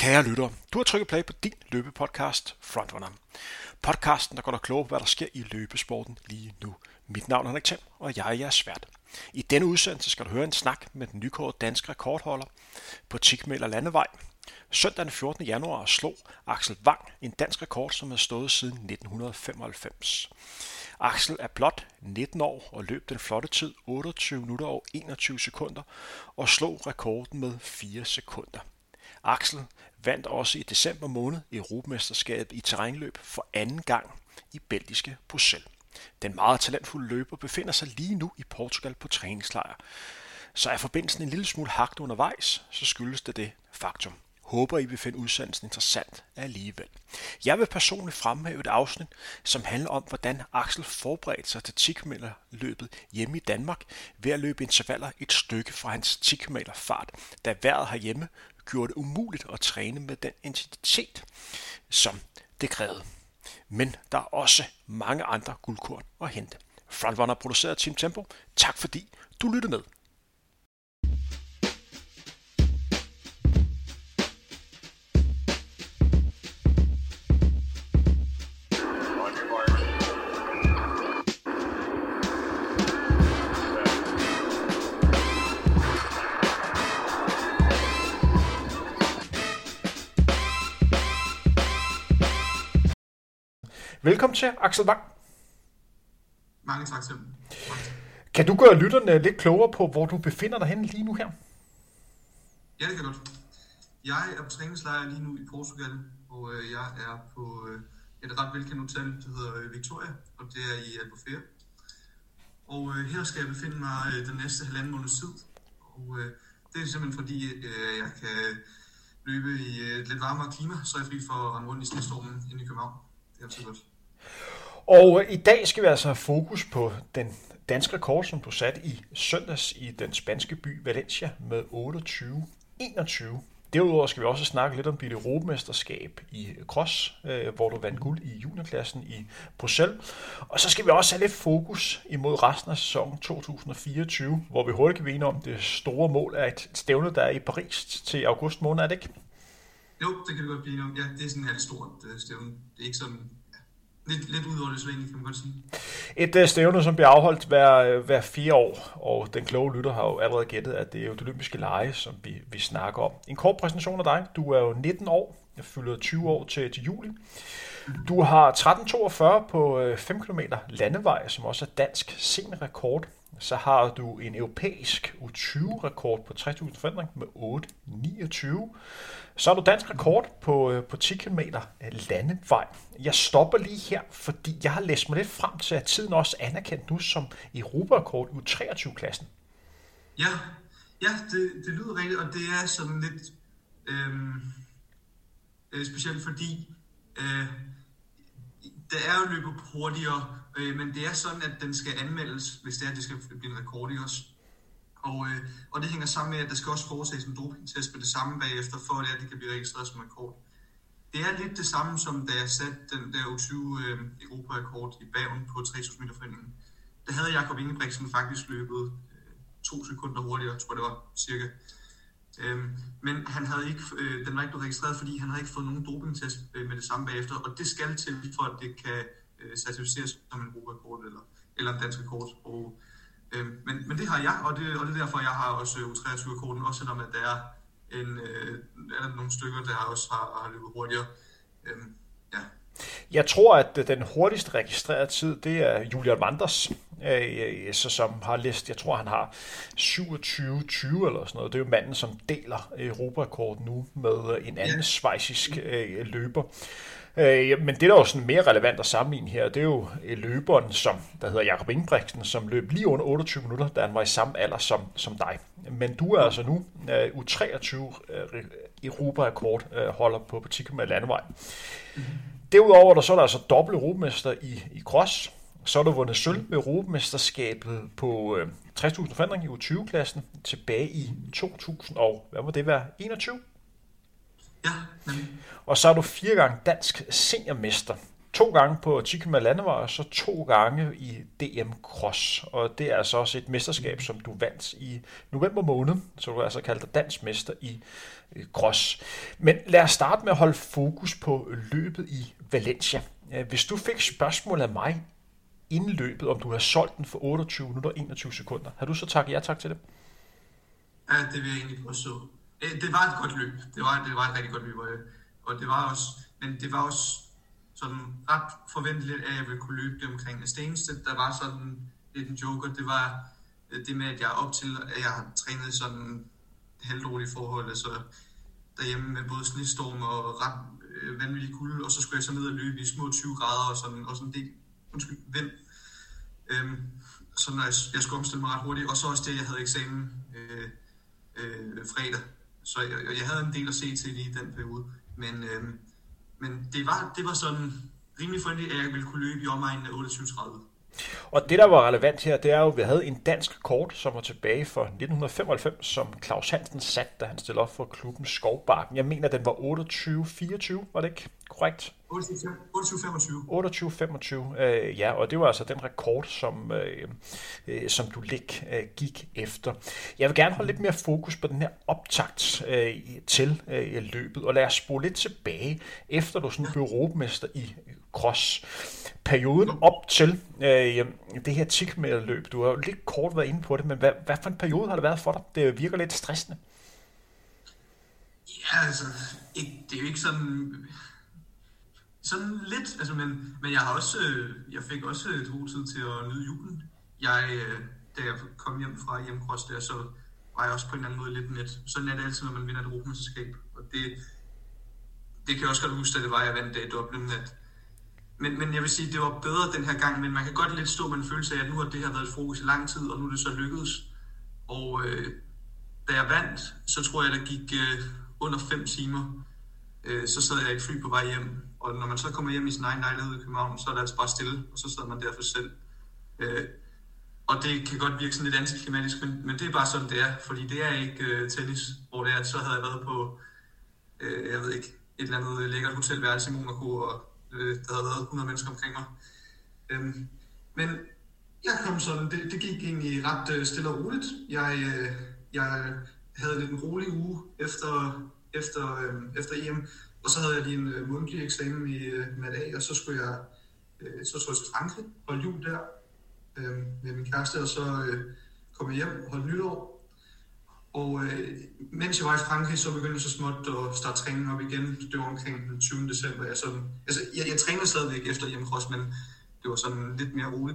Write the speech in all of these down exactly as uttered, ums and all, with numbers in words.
Kære lyttere, du har trykket play på din løbepodcast Frontrunner. Podcasten, der går dig klogere på, hvad der sker i løbesporten lige nu. Mit navn er Henrik Thiem, og jeg er jeres vært. I denne udsendelse skal du høre en snak med den nykårede danske rekordholder på ti kilometer landevej. Søndag den fjortende januar slog Axel Wang en dansk rekord, som har stået siden nitten femoghalvfems. Axel er blot nitten år og løb den flotte tid otteogtyve minutter og enogtyve sekunder og slog rekorden med fire sekunder. Axel vandt også i december måned Europamesterskabet i terrænløb for anden gang i belgiske Bruxelles. Den meget talentfulde løber befinder sig lige nu i Portugal på træningslejr. Så er forbindelsen en lille smule hakt undervejs, så skyldes det det faktum. Håber I vil finde udsendelsen interessant alligevel. Jeg vil personligt fremhæve et afsnit, som handler om, hvordan Axel forberedte sig til ti kilometer løbet hjemme i Danmark ved at løbe intervaller et stykke fra hans ti kilometer fart, da vejret herhjemme gjorde det umuligt at træne med den intensitet, som det krævede. Men der er også mange andre guldkorn at hente. Frontrunner produceret af Team Tempo. Tak fordi du lyttede med. Velkommen til, Axel Wang. Mange tak til. Kan du gøre lytterne lidt klogere på, hvor du befinder dig henne lige nu her? Ja, det kan godt. Jeg er på træningslejr lige nu i Portugal, og jeg er på et ret velkendt hotel, der hedder Victoria, og det er i Albufeira. Og her skal jeg befinde mig den næste halvanden måneds tid. Og det er simpelthen fordi, jeg kan løbe i et lidt varmere klima, så er jeg fri for at rende rundt i snestormen inde i København. Det er altid godt. Og i dag skal vi altså have fokus på den danske rekord, som du satte i søndags i den spanske by Valencia med otteogtyve enogtyve. Derudover skal vi også snakke lidt om dit europamesterskab i cross, hvor du vandt guld i juniorklassen i Bruxelles. Og så skal vi også have lidt fokus imod resten af sæsonen to tusind fireogtyve, hvor vi hurtigt kan blive enige om det store mål af et stævne, der er i Paris til august måned, er det ikke? Jo, det kan vi godt blive enige om. Ja, det er sådan et stort stævne. Det er ikke sådan... Lidt, lidt ud over det svængende, kan man godt sige. Et uh, stævne, som bliver afholdt hver, hver fire år, og den kloge lytter har jo allerede gættet, at det er jo det olympiske lege, som vi, vi snakker om. En kort præsentation af dig. Du er jo nitten år. Jeg fylder tyve år til, til juli. Du har tretten toogfyrre på fem kilometer landevej, som også er dansk seniorrekord. Så har du en europæisk U tyve rekord på tre tusind forandring med otte niogtyve. Så har du dansk rekord på, på ti kilometer landevej. Jeg stopper lige her, fordi jeg har læst mig lidt frem til, at tiden også er anerkendt nu som europarekord i U treogtyve-klassen. Ja, ja det, det lyder rigtigt, og det er sådan lidt øhm, øh, specielt, fordi øh, der er jo løbet hurtigere, øh, men det er sådan, at den skal anmeldes, hvis det er, at det skal blive en rekord i os. Og, øh, og det hænger sammen med, at der skal også foretages en dopingtest med det samme bagefter, for at det kan blive registreret som rekord. Det er lidt det samme, som da jeg satte den der U tyve øh, Europa-rekord i Bergen på tre tusind meter forhindringen. Der havde Jakob Ingebrigtsen faktisk løbet øh, to sekunder hurtigere, tror jeg det var, cirka. Øhm, men han havde ikke, øh, den var ikke blevet registreret, fordi han havde ikke fået nogen dopingtest øh, med det samme bagefter, og det skal til, for at det kan øh, certificeres som en Europa-rekord eller, eller en dansk rekord. Og Men, men det har jeg, og det, og det er derfor, jeg har også U treogtyve-rekorden, også selvom at der er, en, øh, er der nogle stykker, der også har, har løbet hurtigere. Øhm, ja. Jeg tror, at den hurtigste registrerede tid, det er Julian Manders, øh, så, som har læst, jeg tror, han har syvogtyve tyve eller sådan noget. Det er jo manden, som deler Europarekorden nu med en anden ja. schweizisk øh, løber. Øh, men det, der er jo sådan mere relevant at sammenligne her, det er jo løberen, som, der hedder Jakob Ingebrigtsen, som løb lige under otteogtyve minutter, da han var i samme alder som, som dig. Men du er altså nu uh, U treogtyve uh, Europarekord uh, holder på, på ti kilometer landevej. Mm-hmm. Derudover der, så er der altså dobbelt europamester i, i cross. Så har du vundet sølv ved Europamesterskabet på uh, tres tusind forandring i U tyve-klassen tilbage i to tusind og, hvad må det være, enogtyve? Ja, nemlig. Og så er du fire gange dansk seniormester to gange på ti kilometer landevej, og så to gange i D M Cross. Og det er altså også et mesterskab, som du vandt i november måned, så du er altså kaldt dig dansk mester i cross. Men lad os starte med at holde fokus på løbet i Valencia. Hvis du fik spørgsmål af mig inden løbet, om du har solgt den for otteogtyve minutter og enogtyve sekunder, har du så takket ja tak til det? Ja, det vil jeg egentlig påstå. Det var et godt løb. Det var, det var et rigtig godt løb, og det var også, men det var også sådan ret forventeligt, at jeg ville kunne løbe det omkring. Det eneste, der var sådan lidt en joker, det var det med, at jeg op til, at jeg har trænet sådan halvrolige forhold, altså derhjemme med både snestorm og ret øh, vanvittig kulde, og så skulle jeg så ned og løbe i små tyve grader og sådan, og sådan en del, undskyld, vind. Øhm, så når jeg, jeg skulle omstille mig ret hurtigt, og så også det, jeg havde eksamen øh, øh, fredag. Så jeg, jeg havde en del at se til i den periode, men, øh, men det, var, det var sådan rimelig forventeligt, at jeg ville kunne løbe i omegnen af otteogtyve tredive. Og det, der var relevant her, det er jo, at vi havde en dansk kort, som var tilbage fra nitten femoghalvfems, som Claus Hansen satte, da han stillede op for klubben Skovbakken. Jeg mener, den var otteogtyve fireogtyve, var det ikke korrekt? otteogtyve femogtyve. otteogtyve femogtyve, øh, ja, og det var altså den rekord, som, øh, øh, som du lig, øh, gik efter. Jeg vil gerne holde lidt mere fokus på den her optakt øh, til øh, løbet, og lad os spole lidt tilbage, efter du sådan blev europamester i cross. Perioden op til øh, det her ti kilometer løb, du har jo lidt kort været inde på det, men hvad, hvad for en periode har det været for dig? Det virker lidt stressende. Ja, altså, ikke, det er jo ikke sådan... Sådan lidt, altså, men, men jeg har også, øh, jeg fik også et god tid til at nyde julen. Jeg, øh, da jeg kom hjem fra hjemmekross der, så var jeg også på en eller anden måde lidt net. Sådan er det altid, når man vinder et europamesterskab. Og det, det kan jeg også godt huske, at det var, jeg vandt det i Dublin. At, men, men jeg vil sige, at det var bedre den her gang, men man kan godt lidt stå med en følelse af, at nu har det her været et fokus i lang tid, og nu er det så lykkedes. Og øh, da jeg vandt, så tror jeg, der gik øh, under fem timer. Øh, så sad jeg i et fly på vej hjem. Og når man så kommer hjem i sin egen lejlighed i København, så er det altså bare stille, og så sidder man der for sig selv. Øh, og det kan godt virke sådan lidt antiklimatisk, men, men det er bare sådan, det er. Fordi det er ikke øh, tennis, hvor det er, at så havde jeg været på, øh, jeg ved ikke, et eller andet lækkert hotelværelse i Monaco, og øh, der havde været hundrede mennesker omkring mig. Øh, men jeg kom sådan, det, det gik egentlig ret øh, stille og roligt. Jeg, øh, jeg havde lidt en rolig uge efter, efter, øh, efter E M. Og så havde jeg lige en uh, mundtlig eksamen i uh, mat A, og så skulle jeg, uh, så tog jeg til Frankrig, holde jul der uh, med min kæreste, og så uh, kom jeg hjem og holdt nytår. Og uh, mens jeg var i Frankrig, så begyndte jeg så småt at starte træningen op igen. Det var omkring den tyvende december. Jeg, sådan, altså, jeg, jeg trænede stadigvæk efter hjemmekross, men det var sådan lidt mere roligt.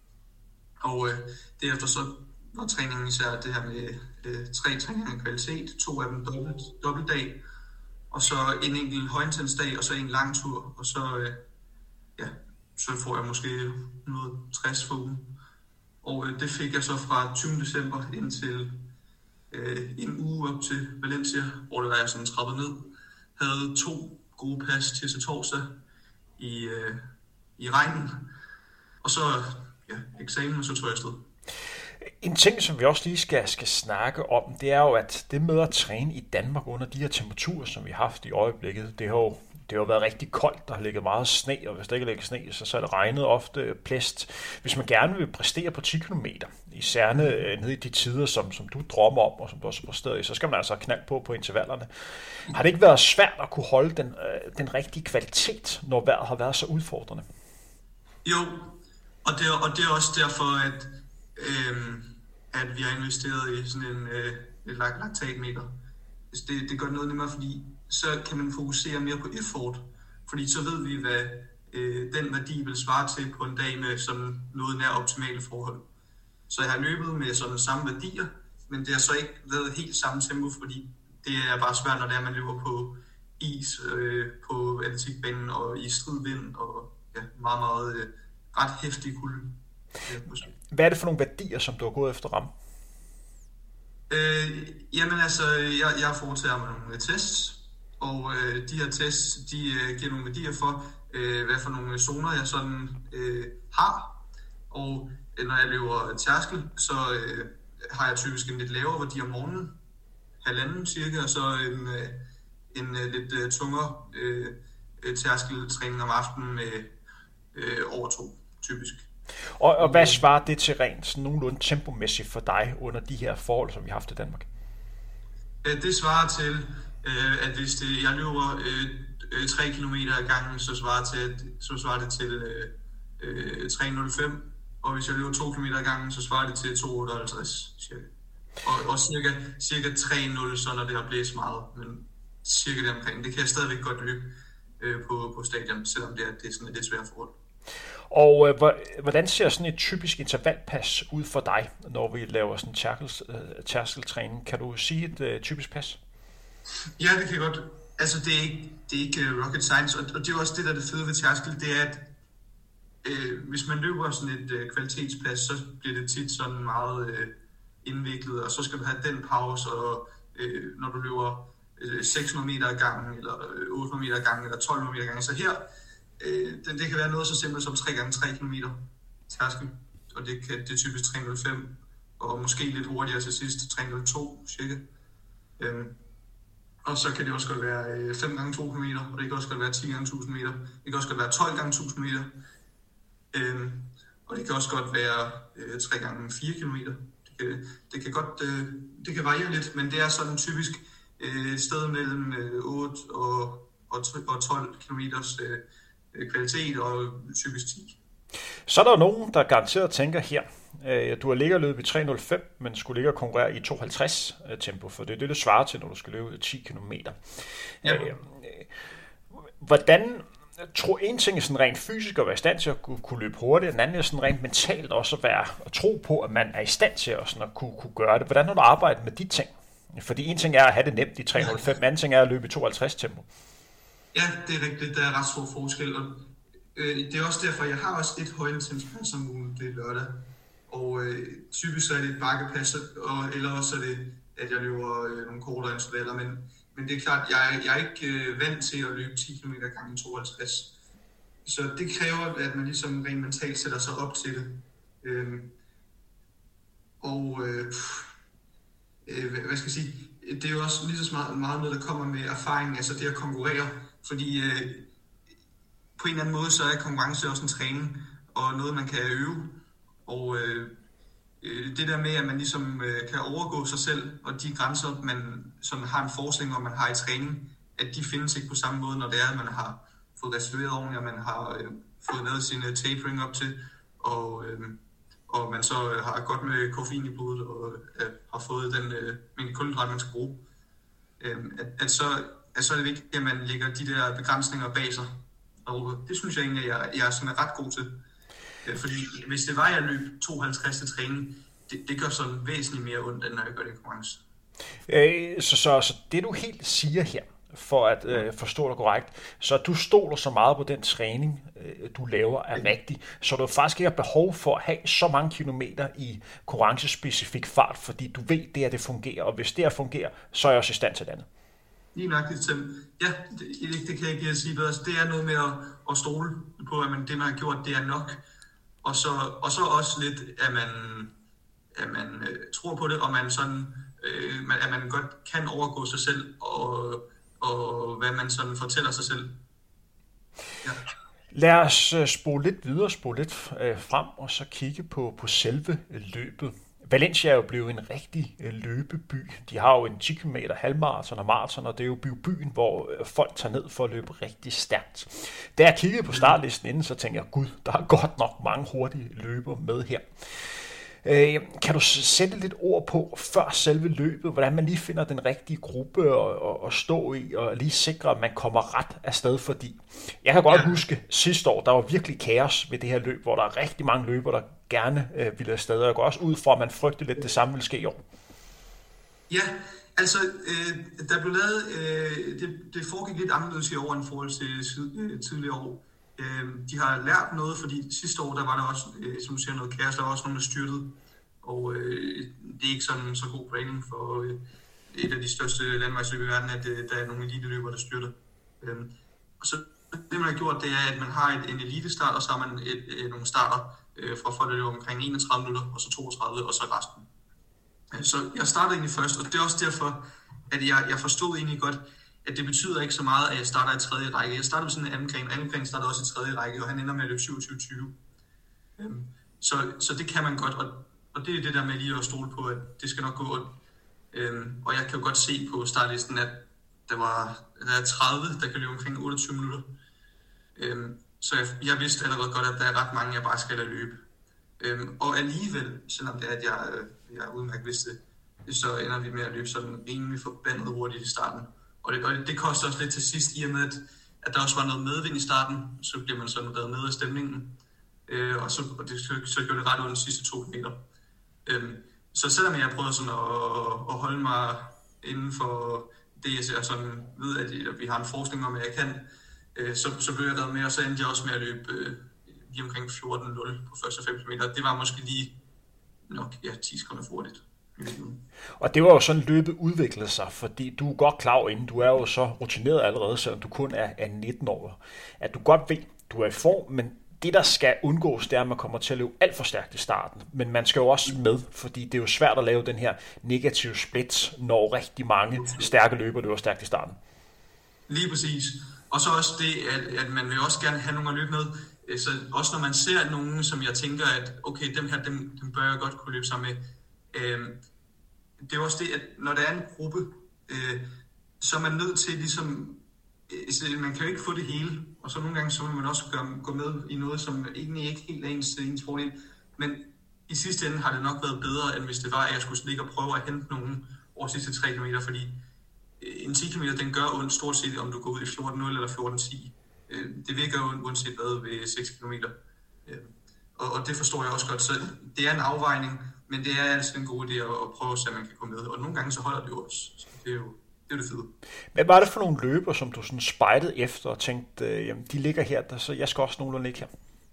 Og uh, derefter så var træningen især det her med uh, tre træninger af kvalitet, to af dem dobbelt, dobbeltdag, og så en enkelt højintensdag, og så en lang tur, og så, øh, ja, så får jeg måske et hundrede og tres for ugen. Og øh, det fik jeg så fra tyvende december indtil øh, en uge op til Valencia, hvor det var jeg sådan trappet ned. Havde to gode pas til til torsdag i, øh, i regnen, og så ja, eksamen, og så tog jeg afsted. En ting, som vi også lige skal, skal snakke om, det er jo, at det med at træne i Danmark under de her temperaturer, som vi har haft i øjeblikket, det har jo, det har været rigtig koldt, der har ligget meget sne, og hvis der ikke ligger sne, så, så er det regnet ofte blæst. Hvis man gerne vil præstere på ti kilometer, især nede i de tider, som, som du drømmer om, og som du også præsterer i, så skal man altså knalde på på intervallerne. Har det ikke været svært at kunne holde den, den rigtige kvalitet, når vejret har været så udfordrende? Jo, og det, og det er også derfor, at Øhm, at vi har investeret i sådan en øh, laktatmeter. Det, det gør noget nemmere, fordi så kan man fokusere mere på effort, fordi så ved vi, hvad øh, den værdi vil svare til på en dag med sådan noget nær optimale forhold. Så jeg har løbet med sådan samme værdier, men det har så ikke været helt samme tempo, fordi det er bare svært, når det er, man løber på is, øh, på atletikbanen og i strid vind og ja, meget, meget øh, ret hæftig kulde. Hvad er det for nogle værdier, som du har gået efter at ramme? Øh, jamen altså, jeg, jeg foretager mig nogle tests, og øh, de her tests, de øh, giver nogle værdier for, øh, hvad for nogle zoner jeg sådan øh, har. Og øh, når jeg løber tærskel, så øh, har jeg typisk en lidt lavere værdi om morgenen, halvanden cirka, og så en, øh, en øh, lidt øh, tungere øh, tærskeltræning om aftenen med øh, over to, typisk. Og, og hvad svarer det til rent sådan nogenlunde tempomæssigt for dig under de her forhold, som vi har haft i Danmark? Det svarer til, at hvis det, jeg løber tre kilometer ad gangen, så svarer, til, så svarer det til øh, tre nul fem, og hvis jeg løber to kilometer ad gangen, så svarer det til to otteoghalvtreds cirka. Og, og cirka, cirka tre nul, så når det har blæst meget, men cirka det omkring. Det kan jeg stadigvæk godt løbe øh, på, på stadion, selvom det er, det er sådan et lidt svært forhold. Og øh, hvordan ser sådan et typisk intervalpas ud for dig, når vi laver sådan en tærskeltræning? Kan du sige et øh, typisk pas? Ja, det kan jeg godt. Altså, det er ikke, det er ikke rocket science, og, og det er også det, der er det fede ved tærskel, det er, at øh, hvis man løber sådan et øh, kvalitetspas, så bliver det tit sådan meget øh, indviklet, og så skal du have den pause, og øh, når du løber øh, seks hundrede meter ad gangen, eller øh, otte hundrede meter ad gangen, eller tolv hundrede meter ad gangen, så her, øh, det, det kan være noget så simpelt som tre gange tre kilometer tærskel, og det, kan, det er typisk tre nul fem, og måske lidt hurtigere til sidst, tre nul to cirka. Øh, Og så kan det også godt være fem gange to kilometer, og det kan også godt være ti gange tusind meter. Det kan også godt være tolv gange tusind meter. Øhm, og det kan også godt være øh, tre gange fire kilometer. Det kan, det kan godt øh, det kan variere lidt, men det er sådan typisk øh, et sted mellem øh, otte og, og, og tolv kilometers øh, kvalitet, og typisk ti. Så er der nogen, der garanteret tænker her, du har ligget og løbet i tre nul fem, men skulle ligge og konkurrere i to halvtreds tempo, for det er det, det svarer til, når du skal løbe ti kilometer. Ja. Hvordan, tror en ting er sådan rent fysisk at være i stand til at kunne løbe hurtigt, den anden er sådan rent mentalt også at være at tro på, at man er i stand til at, sådan at kunne, kunne gøre det. Hvordan har du arbejdet med de ting? Fordi en ting er at have det nemt i tre nul fem, anden ting er at løbe i to halvtreds tempo. Ja, det er rigtigt. Der er ret stor forskel, og øh, det er også derfor, jeg har også et højintenspas som muligt det lørdag. Og øh, typisk så er det et bakkepas, og, eller også er det, at jeg løber øh, nogle kortere intervaller. Men, men det er klart, jeg, jeg er ikke øh, vant til at løbe ti kilometer gange tooghalvtreds. Så det kræver, at man ligesom rent mentalt sætter sig op til det. Øhm, og øh, øh, hvad skal jeg sige, det er jo også lige så meget, meget noget, der kommer med erfaring, altså det at konkurrere. Fordi øh, på en eller anden måde, så er konkurrence også en træning, og noget, man kan øve. Og øh, det der med, at man ligesom øh, kan overgå sig selv, og de grænser, man sådan har en forestilling om, man har i træning, at de findes ikke på samme måde, når det er, at man har fået restitueret ordentligt, og man har øh, fået lavet sin uh, tapering op til, og, øh, og man så øh, har godt med koffein i blodet, og øh, har fået den øh, mængde kulhydrat, man skal bruge. Øh, at, at, så, at så er det vigtigt, at man lægger de der begrænsninger bag sig. Og det synes jeg egentlig, at jeg, jeg er sådan ret god til. Fordi hvis det var, at jeg løb to halvtreds til træning, det, det gør sådan væsentligt mere ondt, end når jeg gør det i konkurrence. Øh, så, så, så det du helt siger her, for at øh, forstå dig korrekt, så du stoler så meget på den træning, øh, du laver, er ja. rigtig, så du faktisk ikke har behov for at have så mange kilometer i konkurrencespecifik fart, fordi du ved, det er det fungerer, og hvis det her fungerer, så er jeg også i stand til det andet. Lige nøjagtigt, Tim. Ja, det, det kan jeg ikke sige bedre. Det er noget med at, at stole på, at man, det, man har gjort, det er nok. Og så, og så også lidt, at man, at man øh, tror på det, og man sådan, øh, at man godt kan overgå sig selv, og, og hvad man sådan fortæller sig selv. Ja. Lad os uh, spole lidt videre, spole lidt uh, frem, og så kigge på, på selve løbet. Valencia er jo blevet en rigtig uh, løbeby. De har jo en ti kilometer halvmarathon og marathon, og det er jo byen, hvor uh, folk tager ned for at løbe rigtig stærkt. Da jeg kiggede på startlisten inden, så tænkte jeg, gud, der er godt nok mange hurtige løbere med her. Uh, kan du sætte lidt ord på, før selve løbet, hvordan man lige finder den rigtige gruppe at, at stå i, og lige sikre, at man kommer ret afsted, fordi jeg kan godt ja. huske sidste år, der var virkelig kaos ved det her løb, hvor der er rigtig mange løbere, der gerne uh, ville afsted, og jeg går også ud fra, at man frygter lidt det samme vil ske i år. Ja, altså, øh, der blev lavet, øh, det, det foregik lidt anderledes i år end forhold til øh, tidligere år. Øh, de har lært noget, fordi sidste år, der var der også, øh, som du siger, noget kaos, der var også nogen, der styrtede. Og øh, det er ikke sådan så god træning for øh, et af de største landevejsløb i verden, at øh, der er nogle eliteløbere, der styrter. Øh, og så det, man har gjort, det er, at man har et, en elitestart, og så har man et, et, nogle starter øh, fra folk, der løber omkring enogtredive minutter, og så toogtredive, og så resten. Øh, så jeg startede egentlig først, og det er også derfor, at jeg, jeg forstod egentlig godt, at det betyder ikke så meget, at jeg starter i tredje række. Jeg starter med sådan en anden gren, anden gren starter også i tredje række, og han ender med at løbe syvogtyve tyve. Øhm, så, så det kan man godt, og, og det er det der med lige at stole på, at det skal nok gå. Øhm, og jeg kan jo godt se på startlisten, at der var der er tredive, der kan løbe omkring otteogtyve minutter. Øhm, så jeg, jeg vidste allerede godt, at der er ret mange, jeg bare skal lade løbe. Øhm, og alligevel, selvom det er, at jeg, jeg udmærket vidste det, så ender vi med at løbe sådan rimelig forbandet hurtigt i starten. Og det, og det koster også lidt til sidst, i og med, at, at der også var noget medvind i starten, så bliver man sådan været med af stemningen. Øh, og så, og det, så, så gjorde det ret under de sidste to meter. Øhm, så selvom jeg prøvede sådan at, at holde mig inden for det, jeg ser sådan ved, at vi har en forskning om, at jeg kan, øh, så, så blev jeg reddet med, og så endte jeg også med at løbe øh, lige omkring fjorten nul på første fem meter. Det var måske lige nok ja, ti sekunder for hurtigt. Og det var jo sådan løbet udviklede sig, fordi du er godt klar over inden, du er jo så rutineret allerede, selvom du kun er, er nitten år, at du godt ved, du er i form, men det der skal undgås, det er, at man kommer til at løbe alt for stærkt i starten, men man skal jo også med, fordi det er jo svært at lave den her negative split, når rigtig mange stærke løber løber stærkt i starten. Lige præcis. Og så også det, at, at man vil også gerne have nogen at løbe med. Så også når man ser nogen, som jeg tænker, at okay, dem her, dem, dem bør jeg godt kunne løbe sammen med. Øh, det er også det, at når der er en gruppe, øh, så er man nødt til ligesom, øh, man kan jo ikke få det hele, og så nogle gange så vil man også gøre, gå med i noget, som egentlig ikke helt er ens, ens fordel. Men i sidste ende har det nok været bedre, end hvis det var, at jeg skulle ligge og prøve at hente nogen over sidste tre kilometer, fordi en ti kilometer, den gør ondt stort set, om du går ud i fjorten nul eller fjorten ti. Øh, det virker jo uanset hvad ved seks kilometer. Øh, og, og det forstår jeg også godt, så det er en afvejning. Men det er altså en god idé at prøve at se, at man kan komme med. Og nogle gange så holder det jo også. Så det er jo det, er det fede. Hvad var det for nogle løber, som du sådan spejdede efter og tænkte, øh, jamen de ligger her, der, så jeg skal også nogenlunde ligge her?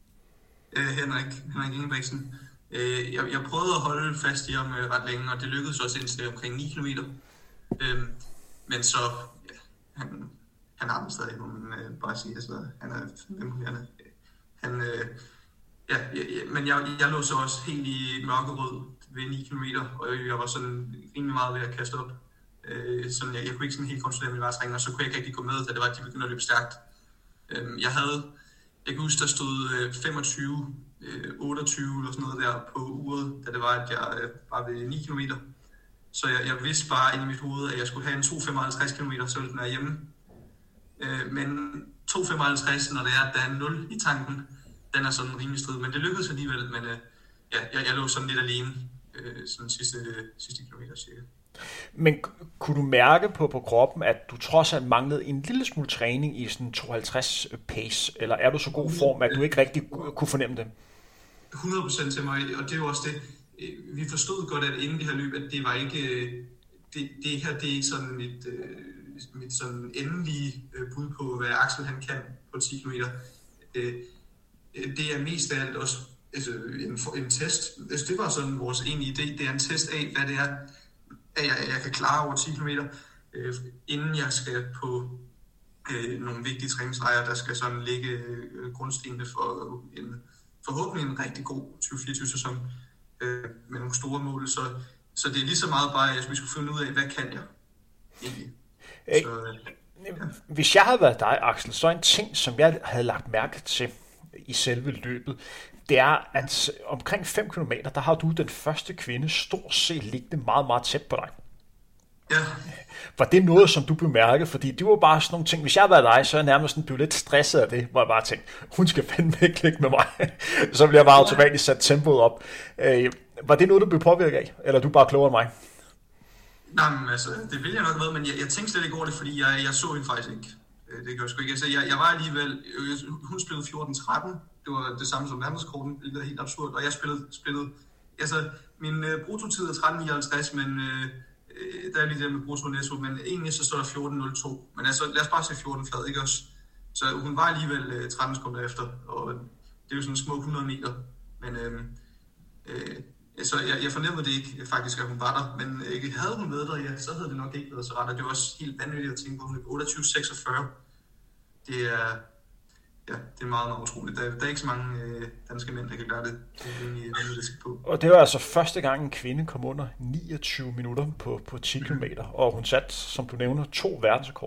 Øh, Henrik, Henrik Ingebrigtsen. Øh, jeg, jeg prøvede at holde fast i ham øh, ret længe, og det lykkedes også indtil omkring ni kilometer. Øh, men så, ja, han, han har den stadig, må man øh, bare sige. Altså, han er imponerende. Han... Øh, Ja, ja, ja, men jeg, jeg lå så også helt i mørkerød ved ni kilometer, og jeg var sådan rimelig meget ved at kaste op. Øh, sådan, jeg, jeg kunne ikke sådan helt kontrollere min vejrtrækning, og så kunne jeg ikke rigtig gå med, da det var, at de begyndte at løbe stærkt. Øh, jeg havde, jeg kan huske, der stod øh, femogtyve, øh, otteogtyve eller sådan noget der på uret, da det var, at jeg øh, var ved ni kilometer. Så jeg, jeg vidste bare inde i mit hoved, at jeg skulle have en to komma femoghalvtreds kilometer, så ville den være hjemme. Øh, men to komma femoghalvtreds, når det er, at der er nul i tanken, den er sådan rimelig strid, men det lykkedes alligevel, men øh, ja, jeg, jeg lå sådan lidt alene, øh, sådan sidste, sidste kilometer cirka. Men kunne du mærke på, på kroppen, at du trods alt manglede en lille smule træning i sådan tooghalvtreds pace, eller er du så god form, at du ikke rigtig kunne fornemme det? hundrede procent til mig, og det er jo også det, vi forstod godt, at inden det her løb, at det var ikke, det, det her, det er ikke sådan mit, mit sådan endelige bud på, hvad Axel han kan på ti kilometer. Det er mest af alt også altså en, en test. Altså det var sådan vores egentlige idé. Det er en test af, hvad det er, at jeg, jeg kan klare over ti kilometer, øh, inden jeg skal på øh, nogle vigtige træningslejre, der skal sådan ligge øh, grundstenene for en forhåbentlig en rigtig god tyve fireogtyve sæson øh, med nogle store mål. Så, så det er lige så meget bare, at vi skulle finde ud af, hvad kan jeg egentlig. Så, øh, ja. Hvis jeg havde været dig, Axel, så en ting, som jeg havde lagt mærke til i selve løbet, det er, at omkring fem kilometer, der har du den første kvinde stort set liggende meget, meget tæt på dig. Ja. Var det noget, som du bemærkede? Fordi det var bare sådan nogle ting. Hvis jeg havde været dig, så er jeg nærmest blevet lidt stresset af det, hvor jeg bare tænkte, hun skal fandme ikke ligge med mig. Så bliver jeg bare automatisk sat tempoet op. Øh, var det noget, du blev påvirket af? Eller er du bare klogere end mig? Nej, men altså, det ville jeg nok have været, men jeg, jeg tænkte slet ikke over det, fordi jeg, jeg så hende faktisk ikke. Det kan jeg sgu ikke. Altså, jeg, jeg var alligevel, hun spillede fjorten tretten, det var det samme som verdenskorten, det var helt absurd, og jeg spillede, spillede altså, min uh, brutotid er tretten nioghalvtreds, men uh, der er lige det med brutto og netto, men egentlig så står der fjorten nul to, men altså, lad os bare se fjorten flad, ikke også? Så hun var alligevel uh, tretten sekunder efter, og det er jo sådan små hundrede meter, men uh, uh, så jeg, jeg fornemmede det ikke faktisk, at hun var der, men uh, havde hun været der, ja, så havde det nok ikke været så ret, og det var også helt vanvittigt at tænke på, hun er otteogtyve seksogfyrre. Det er, ja, det er meget, meget utroligt. Der, der er ikke så mange øh, danske mænd, der kan klare det. Det er egentlig det skal på. Og det var altså første gang, en kvinde kom under niogtyve minutter på, på ti kilometer, og hun satte, som du nævner, to verdensrekord.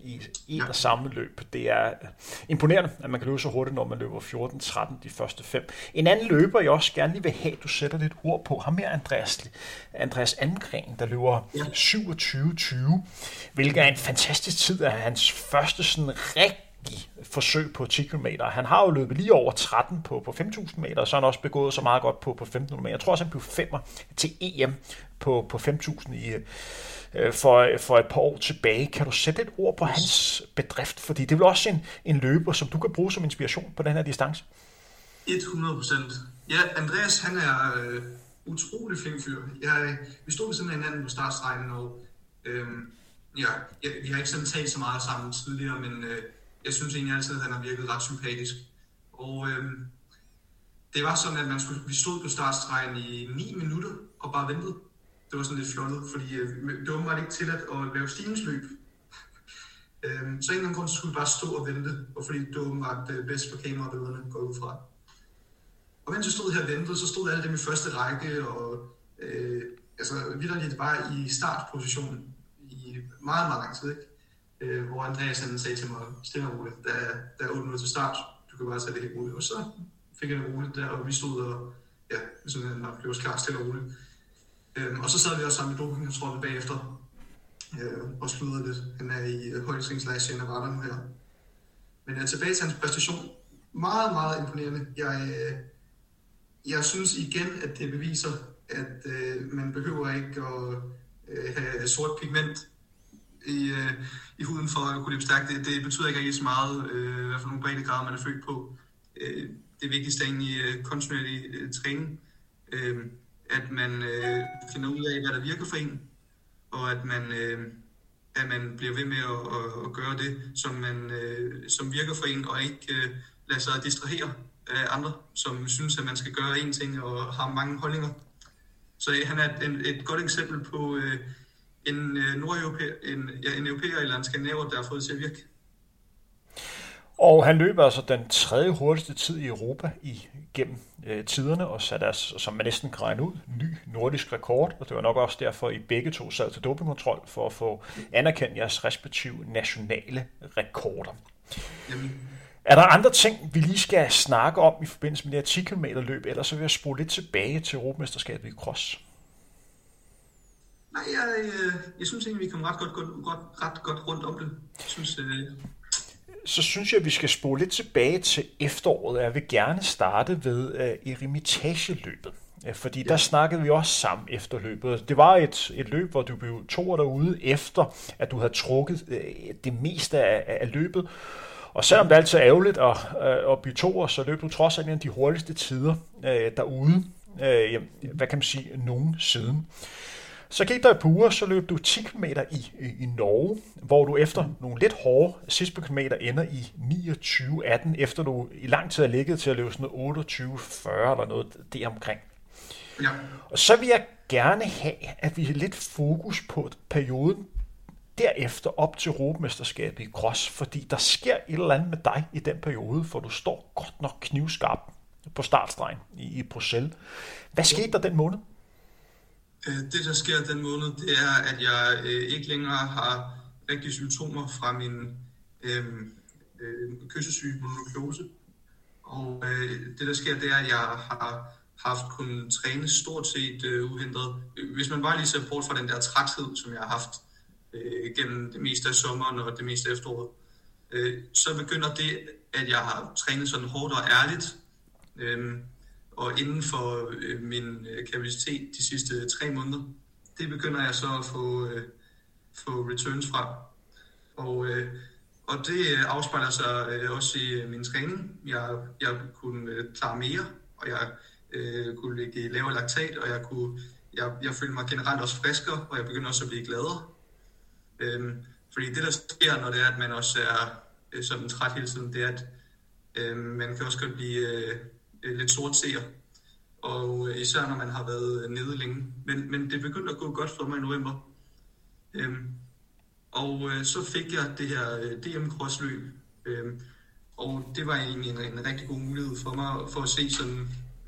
i en og samme løb. Det er imponerende, at man kan løbe så hurtigt, når man løber fjorten tretten de første fem. En anden løber, jeg også gerne lige vil have, du sætter lidt ord på, ham her Andreas, Andreas Almgren, der løber ja. syvogtyve tyve, hvilket er en fantastisk tid af hans første sådan rigtig forsøg på ti kilometer. Han har jo løbet lige over tretten på, på fem tusind meter, og så har han også begået så meget godt på, på femten hundrede meter. Jeg tror også, han blev femmer til E M på, på fem tusind i For, for et par år tilbage. Kan du sætte et ord på hans bedrift? Fordi det er vel også en, en løber, som du kan bruge som inspiration på den her distance? hundrede procent. Ja, Andreas, han er øh, utrolig flink fyr. Jeg, vi stod ved siden af hinanden på startstregen, og øh, ja, jeg, vi har ikke sådan talt så meget sammen tidligere, men øh, jeg synes egentlig altid, at han har virket ret sympatisk. Og øh, det var sådan, at man skulle, vi stod på startstregen i ni minutter og bare ventede. Det var sådan lidt fjollet, fordi øh, det var åbenbart ikke tilladt at lave stigningsløb. øhm, så en eller anden grund skulle vi bare stå og vente, og fordi det var åbenbart øh, bedst for kamerabillederne går ud fra. Og mens vi stod her og ventede, så stod alle dem i første række, og øh, altså vitterligt bare i startposition i meget, meget lang tid, ikke? Øh, hvor Andreas han sagde til mig, stille og roligt, der, der er otte minutter til start, du kan bare tage det helt roligt. Og så fik jeg det roligt der, og vi stod og, ja, sådan nok blev også klar stille og roligt. Øhm, og så sad vi også sammen i dopingkontrollen bagefter øh, og sludrede lidt. Han er i øh, højdestringslæs i Nevada nu her. Men jeg er tilbage til hans præstation. Meget, meget imponerende. Jeg, øh, jeg synes igen, at det beviser, at øh, man behøver ikke at øh, have sort pigment i, øh, i huden for at kunne løbe stærkt. Det, det betyder ikke rigtig så meget, øh, hvad for nogle breddegrader man er født på. Øh, det vigtigste er egentlig øh, kontinuerlig øh, træning. Øh, at man øh, finder ud af, hvad der virker for en, og at man, øh, at man bliver ved med at, at, at gøre det, som, man, øh, som virker for en, og ikke øh, lader sig distrahere af andre, som synes, at man skal gøre én ting og har mange holdninger. Så øh, han er et, et godt eksempel på øh, en øh, nordeuropæer, en, ja, en europæer eller en skandinaver, der har fået til at virke. Og han løber altså den tredje hurtigste tid i Europa igennem øh, tiderne, og satte altså, som man næsten kan regne ud, ny nordisk rekord. Og det var nok også derfor, I begge to sad til dopingkontrol for at få anerkendt jeres respektive nationale rekorder. Jamen. Er der andre ting, vi lige skal snakke om i forbindelse med det her ti kilometer løb, eller så vil jeg spole lidt tilbage til Europamesterskabet i cross? Nej, jeg, jeg, jeg synes egentlig, vi kom ret godt, godt, ret godt rundt om det. Jeg synes... Øh Så synes jeg, at vi skal spole lidt tilbage til efteråret. Jeg vil gerne starte ved uh, Eremitageløbet, fordi ja. Der snakkede vi også sammen efter løbet. Det var et, et løb, hvor du blev toer derude efter, at du havde trukket uh, det meste af, af løbet. Og selvom det altid er ærgerligt at, uh, at blive toer, så løb du trods alt en af de hurtigste tider uh, derude. Uh, hvad kan man sige? Nogen siden. Så gik der et par uger, så løb du ti kilometer i, i Norge, hvor du efter nogle lidt hårde sidste kilometer ender i niogtyve atten, efter du i lang tid har ligget til at løbe sådan noget otteogtyve fyrre eller noget deromkring. Ja. Og så vil jeg gerne have, at vi har lidt fokus på perioden derefter op til Europamesterskabet i cross, fordi der sker et eller andet med dig i den periode, for du står godt nok knivskarp på startstregen i, i Bruxelles. Hvad skete der den måned? Det, der sker den måned, det er, at jeg øh, ikke længere har rigtige symptomer fra min øh, øh, kyssesyge mononuklose. Og øh, det, der sker, det er, at jeg har haft kunnet træne stort set øh, uhindret. Hvis man bare lige ser bort fra den der træthed, som jeg har haft øh, gennem det meste af sommeren og det meste af efteråret, øh, så begynder det, at jeg har trænet sådan hårdt og ærligt, øh, og inden for øh, min øh, kapacitet de sidste tre måneder, det begynder jeg så at få, øh, få returns fra. Og, øh, og det afspejler sig øh, også i øh, min træning. Jeg, jeg kunne øh, klare mere, og jeg øh, kunne ligge i lavere laktat, og jeg, kunne, jeg, jeg følte mig generelt også friskere, og jeg begynder også at blive gladere. Øh, fordi det, der sker, når det er, at man også er øh, sådan træt hele tiden, det er, at øh, man kan også godt blive... Øh, lidt sort seer, og især når man har været nede længe. Men, men det begyndte at gå godt for mig i november. Øhm, og øh, så fik jeg det her øh, D M-crossløb, øhm, og det var egentlig en, en rigtig god mulighed for mig, for at se sådan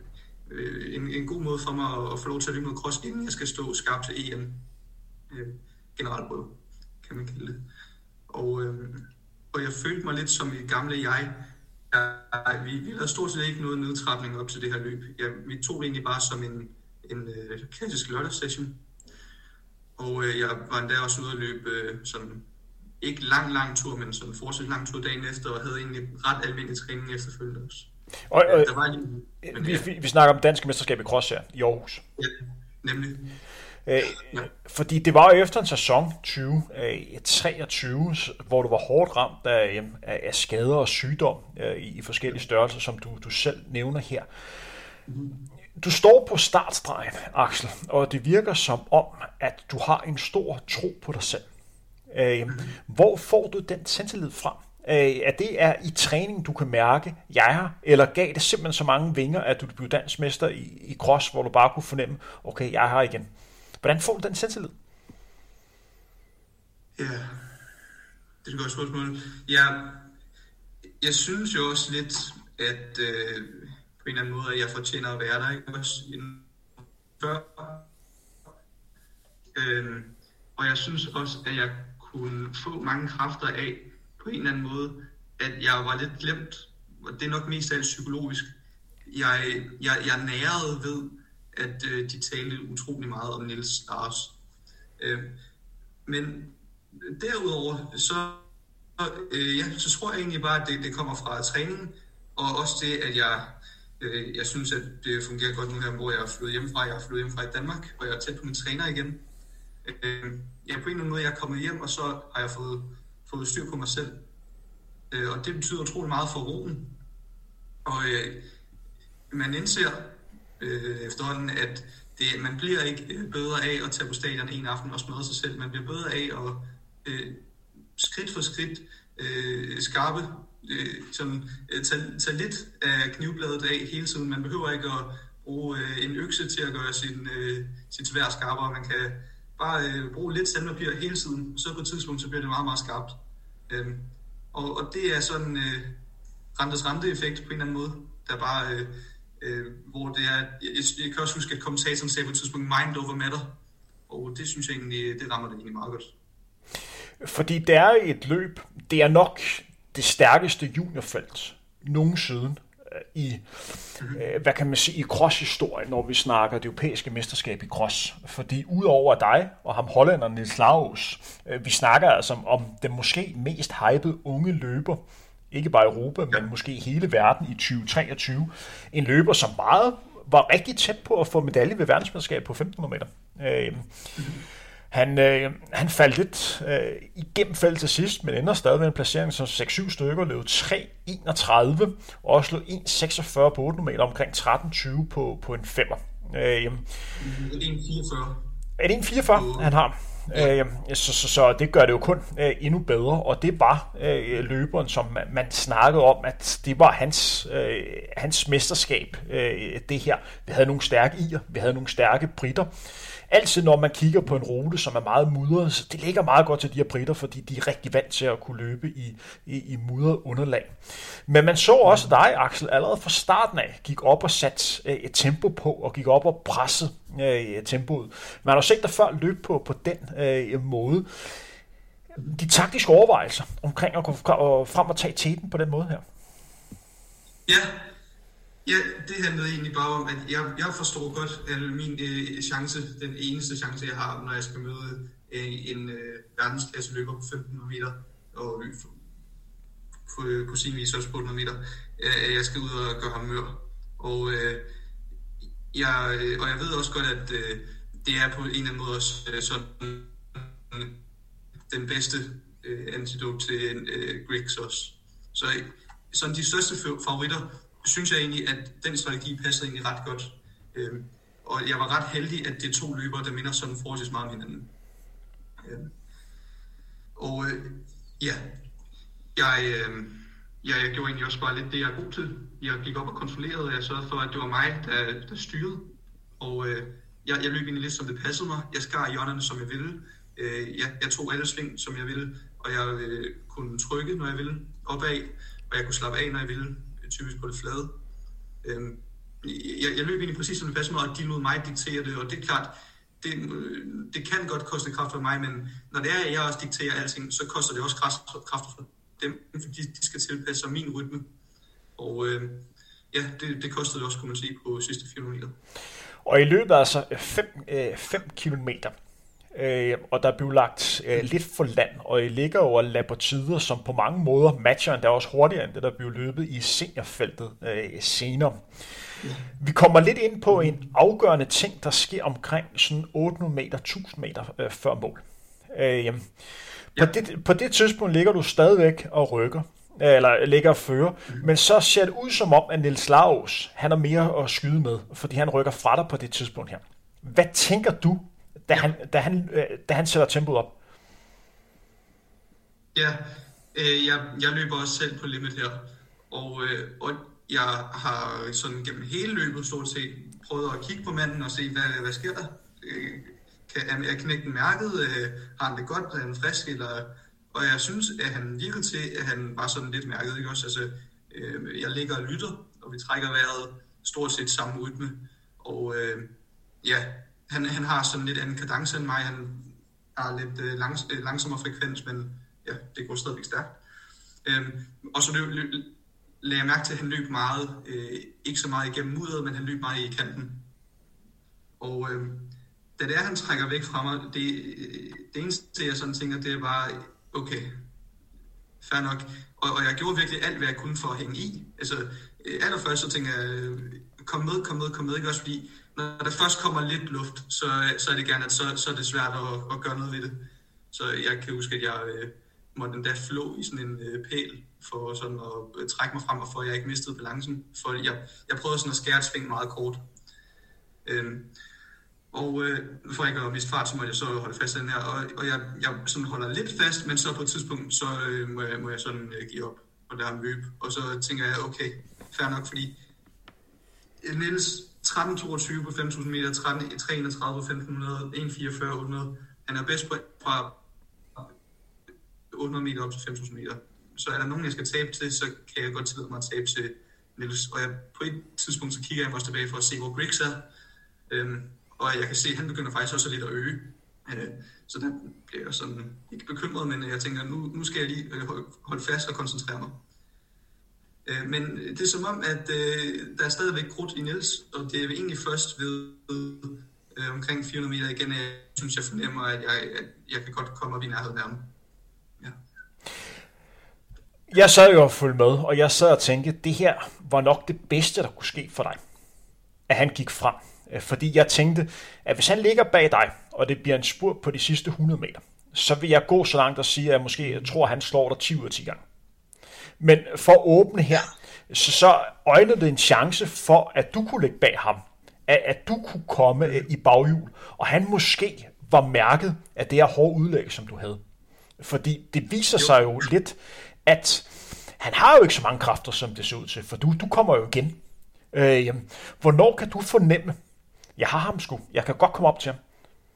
øh, en, en god måde for mig at, at få lov til at løbe noget cross, inden jeg skal stå skarpt til E M. Øh, generalprøve, kan man kalde det. Og, øh, og jeg følte mig lidt som et gamle jeg. jeg vi, vi lavede stort set ikke noget nedtrapning op til det her løb. Jeg, vi tog det egentlig bare som en, en øh, klassisk lørdagssession. Og øh, jeg var endda også ude at løbe øh, sådan, ikke lang, lang tur, men sådan fortsat lang tur dagen efter, og havde egentlig ret almindelig træning efterfølgende også. Og, og, der var lige, men, vi, ja. vi, vi snakker om danske mesterskab i cross her, i Aarhus. Ja, nemlig. Øh, ja. Fordi det var jo efter en sæson tyve treogtyve, hvor du var hårdt ramt af, af skader og sygdom øh, i forskellige størrelser, som du, du selv nævner her. Du står på startstregen, Axel, og det virker som om, at du har en stor tro på dig selv. Øh, hvor får du den selvtillid fra? Øh, er det er i træning, du kan mærke, jeg har, eller gav det simpelthen så mange vinger, at du blev dansk mester i, i cross, hvor du bare kunne fornemme, okay, jeg er her igen. Hvordan får du den selvtillid? Ja, det er et godt spørgsmål. Jeg, jeg synes jo også lidt, at øh, på en eller anden måde, at jeg fortjener at være der, ikke også før. Øh, og jeg synes også, at jeg kunne få mange kræfter af, på en eller anden måde, at jeg var lidt glemt. Og det er nok mest af alt psykologisk. Jeg, jeg, jeg nærede ved, at øh, de talte utrolig meget om Niels Lars. Øh, men derudover, så, øh, ja, så tror jeg egentlig bare, at det, det kommer fra træningen, og også det, at jeg, øh, jeg synes, at det fungerer godt nu her, hvor jeg er flyttet hjemmefra. Jeg er flyttet hjemmefra i Danmark, og jeg er tæt på min træner igen. Øh, ja, på en eller anden måde, jeg er kommet hjem, og så har jeg fået, fået styr på mig selv. Øh, og det betyder utrolig meget for roen. Og øh, man indser øh, efterhånden, at det, man bliver ikke bedre af at tage på stadion en aften og smadre sig selv. Man bliver bedre af at øh, skridt for skridt øh, skarpe, øh, sådan, øh, tage, tage lidt af knivbladet af hele tiden. Man behøver ikke at bruge øh, en økse til at gøre sin, øh, sit sværd skarpere. Man kan bare øh, bruge lidt sandpapir hele tiden, så på et tidspunkt så bliver det meget, meget skarpt. Øh, og, og det er sådan øh, rentes rente-effekt på en eller anden måde, der bare... Øh, Øh, hvor det er, jeg, jeg kan også huske, at kommentatoren sagde på et tidspunkt, mind over matter, og det synes jeg egentlig, det rammer det egentlig meget godt. Fordi det er et løb, det er nok det stærkeste juniorfelt nogensinde i, mm-hmm. øh, hvad kan man sige, i cross-historien, når vi snakker det europæiske mesterskab i cross. Fordi udover dig og ham hollænderen Niels Laos, øh, vi snakker altså om den måske mest hypede unge løber, ikke bare Europa, ja. men måske hele verden i tyve treogtyve. En løber, som meget var rigtig tæt på at få medalje ved verdensmesterskab på femten hundrede meter. Øh, mm-hmm. han, øh, han faldt lidt øh, igennem feltet til sidst, men ender stadig med en placering som seks syv stykker, løb tre enogtredive, og også løb en seksogfyrre på otte hundrede meter, omkring tretten tyve på, på en femmer. Øh, en fireogfyrre. Er det en fireogfyrre, han har? Ja. Øh, så, så, så det gør det jo kun øh, endnu bedre, og det var øh, løberen, som man, man snakkede om, at det var hans, øh, hans mesterskab, øh, det her. Vi havde nogle stærke irer, vi havde nogle stærke britter. Altid når man kigger på en rute, som er meget mudret, så det ligger meget godt til de her britter, fordi de er rigtig vant til at kunne løbe i, i, i mudret underlag. Men man så også dig, Axel, allerede fra starten af, gik op og satte øh, et tempo på, og gik op og pressede øh, tempoet. Man har jo set dig før løbe på, på den øh, måde. De taktiske overvejelser omkring at gå frem og tage teten på den måde her. Ja, Ja, det handlede egentlig bare om, at jeg, jeg forstår godt, at min øh, chance, den eneste chance, jeg har, når jeg skal møde øh, en øh, verdensklasse løber på femten hundrede meter, og på, på sin vis også på otte hundrede meter, øh, jeg skal ud og gøre ham mør. Og, øh, jeg, øh, og jeg ved også godt, at øh, det er på en eller anden måde også øh, sådan øh, den bedste øh, antidote til øh, Griggs også. Så sådan de største favoritter, synes jeg egentlig, at den strategi passede egentlig ret godt. Øhm, og jeg var ret heldig, at det er to løbere, der minder sådan forholdsvis meget om hinanden. Øhm, og øh, ja, jeg, øh, jeg, jeg gjorde egentlig også bare lidt det, jeg er god til. Jeg gik op og kontrollerede, og jeg sørgede for, at det var mig, der, der styrede. Og øh, jeg, jeg løb egentlig lidt, som det passede mig. Jeg skar hjørnerne, som jeg ville. Øh, jeg, jeg tog alle sving, som jeg ville. Og jeg øh, kunne trykke, når jeg ville, opad. Og jeg kunne slappe af, når jeg ville. Typisk på det flade. Øhm, jeg, jeg løb egentlig præcis som det passede mig, og de lod mig diktere det, og det er klart, det, det kan godt koste kræfter for mig, men når det er, at jeg også dikterer alting, så koster det også kræfter for dem, fordi de skal tilpasse sig min rytme. Og øh, ja, det, det kostede det også, kunne man sige, på sidste fire hundrede meter. Og i løbet af altså fem kilometer, øh, og der blev lagt øh, lidt for land, og I ligger over lapper tider, som på mange måder matcher endda også hurtigere end det, der blev løbet i seniorfeltet øh, senere. Vi kommer lidt ind på en afgørende ting, der sker omkring sådan otte hundrede meter, tusind meter øh, før mål. Øh, på, ja. det, på det tidspunkt ligger du stadigvæk og rykker, eller ligger og fører, mm. men så ser det ud som om, at Niels Laros, han er mere at skyde med, fordi han rykker fra dig på det tidspunkt her. Hvad tænker du, da, ja. han, da, han, da han sætter tempoet op? Ja, øh, jeg, jeg løber også selv på limit her, og, øh, og jeg har sådan gennem hele løbet stort set prøvet at kigge på manden og se, hvad, hvad sker der? Kan, er knægten mærket? Har han det godt? Er han frisk? Eller, og jeg synes, at han virkede til, at han var sådan lidt mærket. Ikke også? Altså, øh, jeg ligger og lytter, og vi trækker vejret stort set samme rytme. Og øh, ja, han, han har sådan lidt anden kadence end mig. Han har lidt øh, langs, øh, langsommere frekvens, men ja, det går stadigvæk stærkt. Øh, og så løb, løb, lagde jeg mærke til, at han løb meget, øh, ikke så meget igennem mudderet, men han løb meget i kanten. Og øh, da det er, han trækker væk fra mig, det, det eneste, jeg sådan tænker, det er bare, okay, fair nok. Og, og jeg gjorde virkelig alt, hvad jeg kunne for at hænge i. Altså, øh, allerførst så tænker jeg, kom med, kom med, kom med, ikke også? Fordi når der først kommer lidt luft, så, så er det gerne, at så, så er det svært at, at gøre noget ved det. Så jeg kan huske, at jeg øh, måtte endda flå i sådan en øh, pæl, for sådan at øh, trække mig frem, og for at jeg ikke mistede balancen. For jeg, jeg prøvede sådan at skære et sving meget kort. Øhm, og øh, for ikke at miste fart, så må jeg så holde fast i den her. Og, og jeg, jeg sådan holder lidt fast, men så på et tidspunkt, så øh, må, jeg, må jeg sådan øh, give op og lade ham løbe. Og så tænker jeg, okay, fair nok, fordi Niels tretten toogtyve på fem tusind meter, tretten tre enogtredive på femten hundrede, en fire otte hundrede. Han er bedst på fra otte hundrede meter op til fem tusind meter. Så er der nogen, jeg skal tabe til, så kan jeg godt tillade mig at tabe til Niels. Og jeg, på et tidspunkt, så kigger jeg også tilbage for at se, hvor Griggs er. Øhm, og jeg kan se, at han begynder faktisk også lidt at øge. Øh, så der bliver jeg sådan ikke bekymret, men jeg tænker, nu, nu skal jeg lige holde fast og koncentrere mig. Øh, men det er som om, at øh, der er stadigvæk krudt i Niels, og det er egentlig først ved øh, omkring fire hundrede meter igen, jeg synes, jeg fornemmer, at jeg, at jeg kan godt komme op i nærheden af ham. Ja. Jeg sad jo og fulgte med, og jeg sad og tænkte, at det her var nok det bedste, der kunne ske for dig, at han gik frem. Fordi jeg tænkte, at hvis han ligger bag dig, og det bliver en spurt på de sidste hundrede meter, så vil jeg gå så langt og sige, at jeg måske jeg tror, at han slår dig ti ud af ti gange. Men for at åbne her, så, så øjnede det en chance for, at du kunne ligge bag ham, at, at du kunne komme i baghjul, og han måske var mærket af det her hårde udlæg, som du havde. Fordi det viser sig jo lidt, at han har jo ikke så mange kræfter, som det ser ud til, for du, du kommer jo igen. Øh, hvornår kan du fornemme, jeg har ham sgu, jeg kan godt komme op til ham?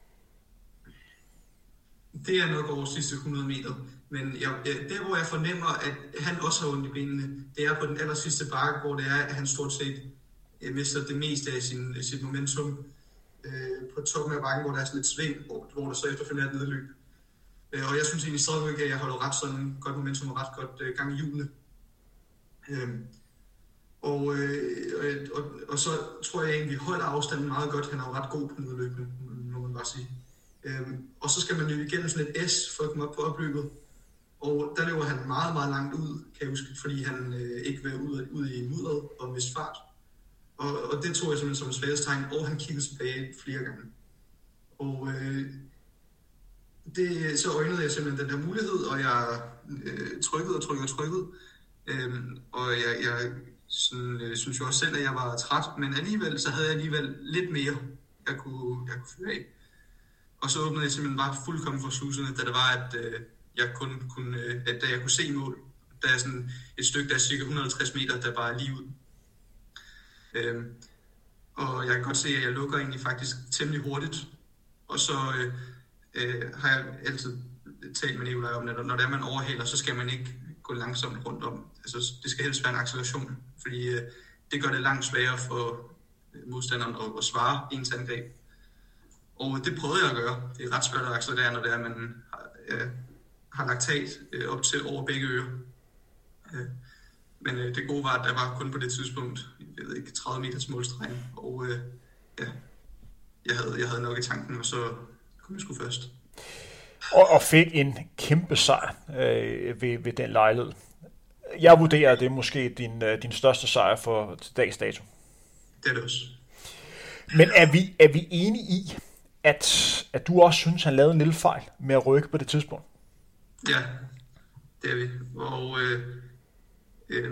Det er nok over sidste hundrede meter, men jeg, der hvor jeg fornemmer, at han også har ondt i benene, det er på den aller sidste bakke, hvor det er, at han stort set mister det meste af sin, sit momentum. Øh, på toppen af bakken, hvor der er sådan et sving, hvor, hvor der så efterfølgende er et nedløb. Øh, og jeg synes egentlig stadigvæk, at jeg holder ret sådan godt momentum og ret godt øh, gang i hjulene. Øh, Og, øh, og, og så tror jeg egentlig, at vi holder afstanden meget godt. Han er jo ret god på nedløbene, må man bare sige. Øhm, og så skal man løbe igennem sådan et S for at komme op på opløbet. Og der løber han meget, meget langt ud, kan jeg huske, fordi han øh, ikke vil ud, ud i mudderet og miste fart. Og, og det tog jeg simpelthen som en svaghedstegn, og han kiggede tilbage flere gange. Og øh, det, så øjnede jeg simpelthen den der mulighed, og jeg øh, trykkede og trykkede og trykkede. Øhm, og jeg... jeg Sådan, jeg synes jo også selv, at jeg var træt, men alligevel, så havde jeg alligevel lidt mere, jeg kunne, jeg kunne fyre af. Og så åbnede jeg simpelthen bare fuldkommen for sluserne, da det var, at øh, jeg kun kunne, øh, at da jeg kunne se mål. Der er sådan et stykke, der er cirka et hundrede og halvtreds meter, der bare er lige ud. Øhm, og jeg kan godt se, at jeg lukker egentlig faktisk temmelig hurtigt. Og så øh, øh, har jeg altid talt med Nikolaj om, at når det er, man overhaler, så skal man ikke gå langsomt rundt om. Altså, det skal helst være en acceleration, fordi øh, det gør det langt sværere for modstanderen at, at svare ens angreb. Og det prøvede jeg at gøre. Det er ret svært at accelerere, når det er, at man har, øh, har laktat øh, op til over begge ører. Øh, men øh, det gode var, at der var kun på det tidspunkt, jeg ved ikke, tredive meters målstregen. Og øh, ja, jeg havde, jeg havde nok i tanken, og så kom jeg sgu først. Og, og fik en kæmpe sejr øh, ved, ved den lejlighed. Jeg vurderer, at det er måske din, øh, din største sejr for til dags dato. Det er det også. Men er vi, er vi enige i, at, at du også synes, han lavede en lille fejl med at rykke på det tidspunkt? Ja, det er vi. Og øh, øh,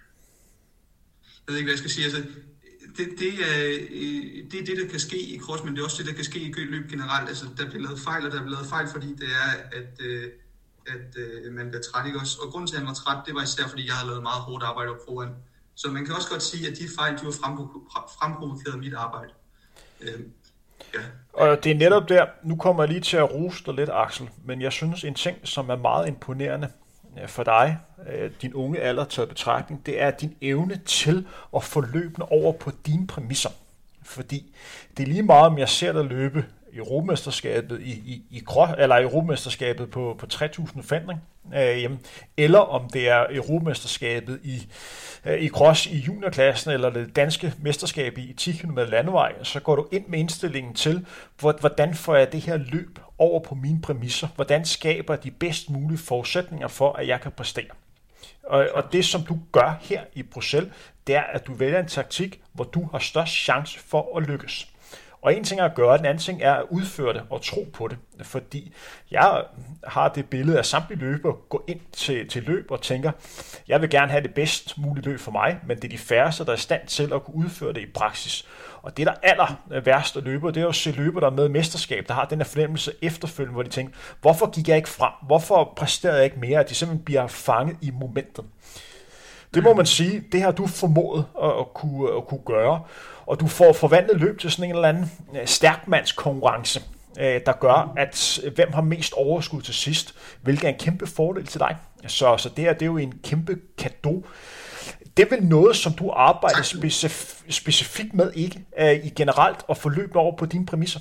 jeg ved ikke, hvad jeg skal sige. Altså, det, det, er, øh, det er det, der kan ske i cross, men det er også det, der kan ske i løb generelt. Altså, der bliver lavet fejl, og der bliver lavet fejl, fordi det er, at, øh, at øh, man bliver træt, ikke også? Og grunden til, at han var træt, det var især, fordi jeg havde lavet meget hårdt arbejde op foran. Så man kan også godt sige, at de fejl, de var fremprovokeret af mit arbejde. Øh, ja. Og det er netop der, nu kommer jeg lige til at rose dig lidt, Axel, men jeg synes en ting, som er meget imponerende for dig, din unge alder taget betragtning, det er din evne til at få løbende over på dine præmisser. Fordi det er lige meget, om jeg ser dig løbe i Europamesterskabet i, i, i, eller i Europamesterskabet på, på tre tusind forandring, øh, eller om det er Europamesterskabet i, øh, i cross i juniorklassen, eller det danske mesterskab i ti kilometer landevej, så går du ind med indstillingen til, hvordan får jeg det her løb over på mine præmisser, hvordan skaber de bedst mulige forudsætninger for, at jeg kan præstere. Og, og det, som du gør her i Bruxelles, det er, at du vælger en taktik, hvor du har størst chance for at lykkes. Og en ting er at gøre, den anden ting er at udføre det og tro på det. Fordi jeg har det billede af samtlige løbere gå ind til, til løb og tænker, jeg vil gerne have det bedst mulige løb for mig, men det er de færreste, der er i stand til at kunne udføre det i praksis. Og det, der er aller værst at løbe, det er jo at se løbere, der er med i mesterskab, der har den her fornemmelse efterfølgende, hvor de tænker, hvorfor gik jeg ikke frem? Hvorfor præsterede jeg ikke mere? At de simpelthen bliver fanget i momentet. Det må man sige, det har du formået at, at, kunne, at kunne gøre. Og du får forvandlet løb til sådan en eller anden stærkmandskonkurrence, der gør, at hvem har mest overskud til sidst, hvilket er en kæmpe fordel til dig. Så, så det her, det er jo en kæmpe cadeau. Det er vel noget, som du arbejder specif- specifikt med, ikke? I generelt at få løbet over på dine præmisser?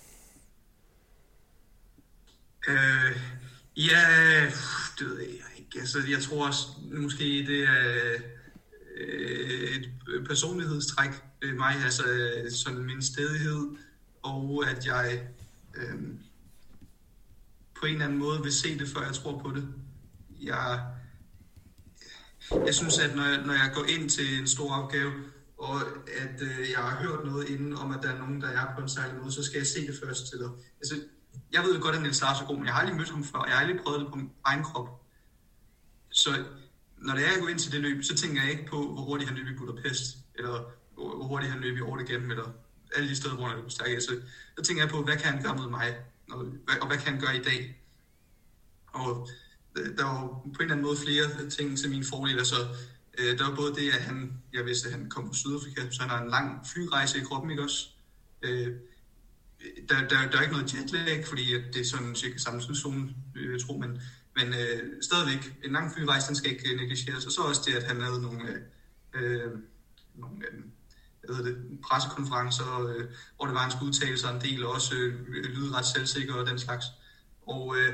Øh, ja, det ved jeg ikke. Altså, jeg tror også, måske det er et personlighedstræk ved mig, altså sådan min stædighed, og at jeg øh, på en eller anden måde vil se det, før jeg tror på det. Jeg, jeg synes, at når jeg, når jeg går ind til en stor opgave, og at øh, jeg har hørt noget inden om, at der er nogen, der er på en særlig måde, så skal jeg se det først til dig. Altså, jeg ved jo godt, at Niels Lars er god, men jeg har aldrig mødt ham før, jeg har aldrig prøvet det på min egen krop. Så når det er, jeg går ind til det løb, så tænker jeg ikke på, hvor hurtigt han løb i Budapest, eller hvor hurtigt han løb i Oregon, eller alle de steder, hvor han løb stærkt. Så, så tænker jeg på, hvad kan han gøre med mig, og hvad, og hvad kan han gøre i dag? Og der var på en eller anden måde flere ting til min fordel. Altså, øh, der var både det, at han, jeg vidste, at han kom fra Sydafrika, så han har en lang flyrejse i kroppen, ikke også? Øh, der, der, der er ikke noget jetlag, fordi at det er sådan cirka samme tidszone, øh, jeg tror, men Men øh, stadigvæk, en lang flyrejse, den skal ikke negligeres. Og så også det, at han havde nogle, øh, nogle øh, hvad hedder det, pressekonferencer, øh, hvor det var, han skulle udtale sig en del, og også øh, lyde ret selvsikker og den slags. Og øh,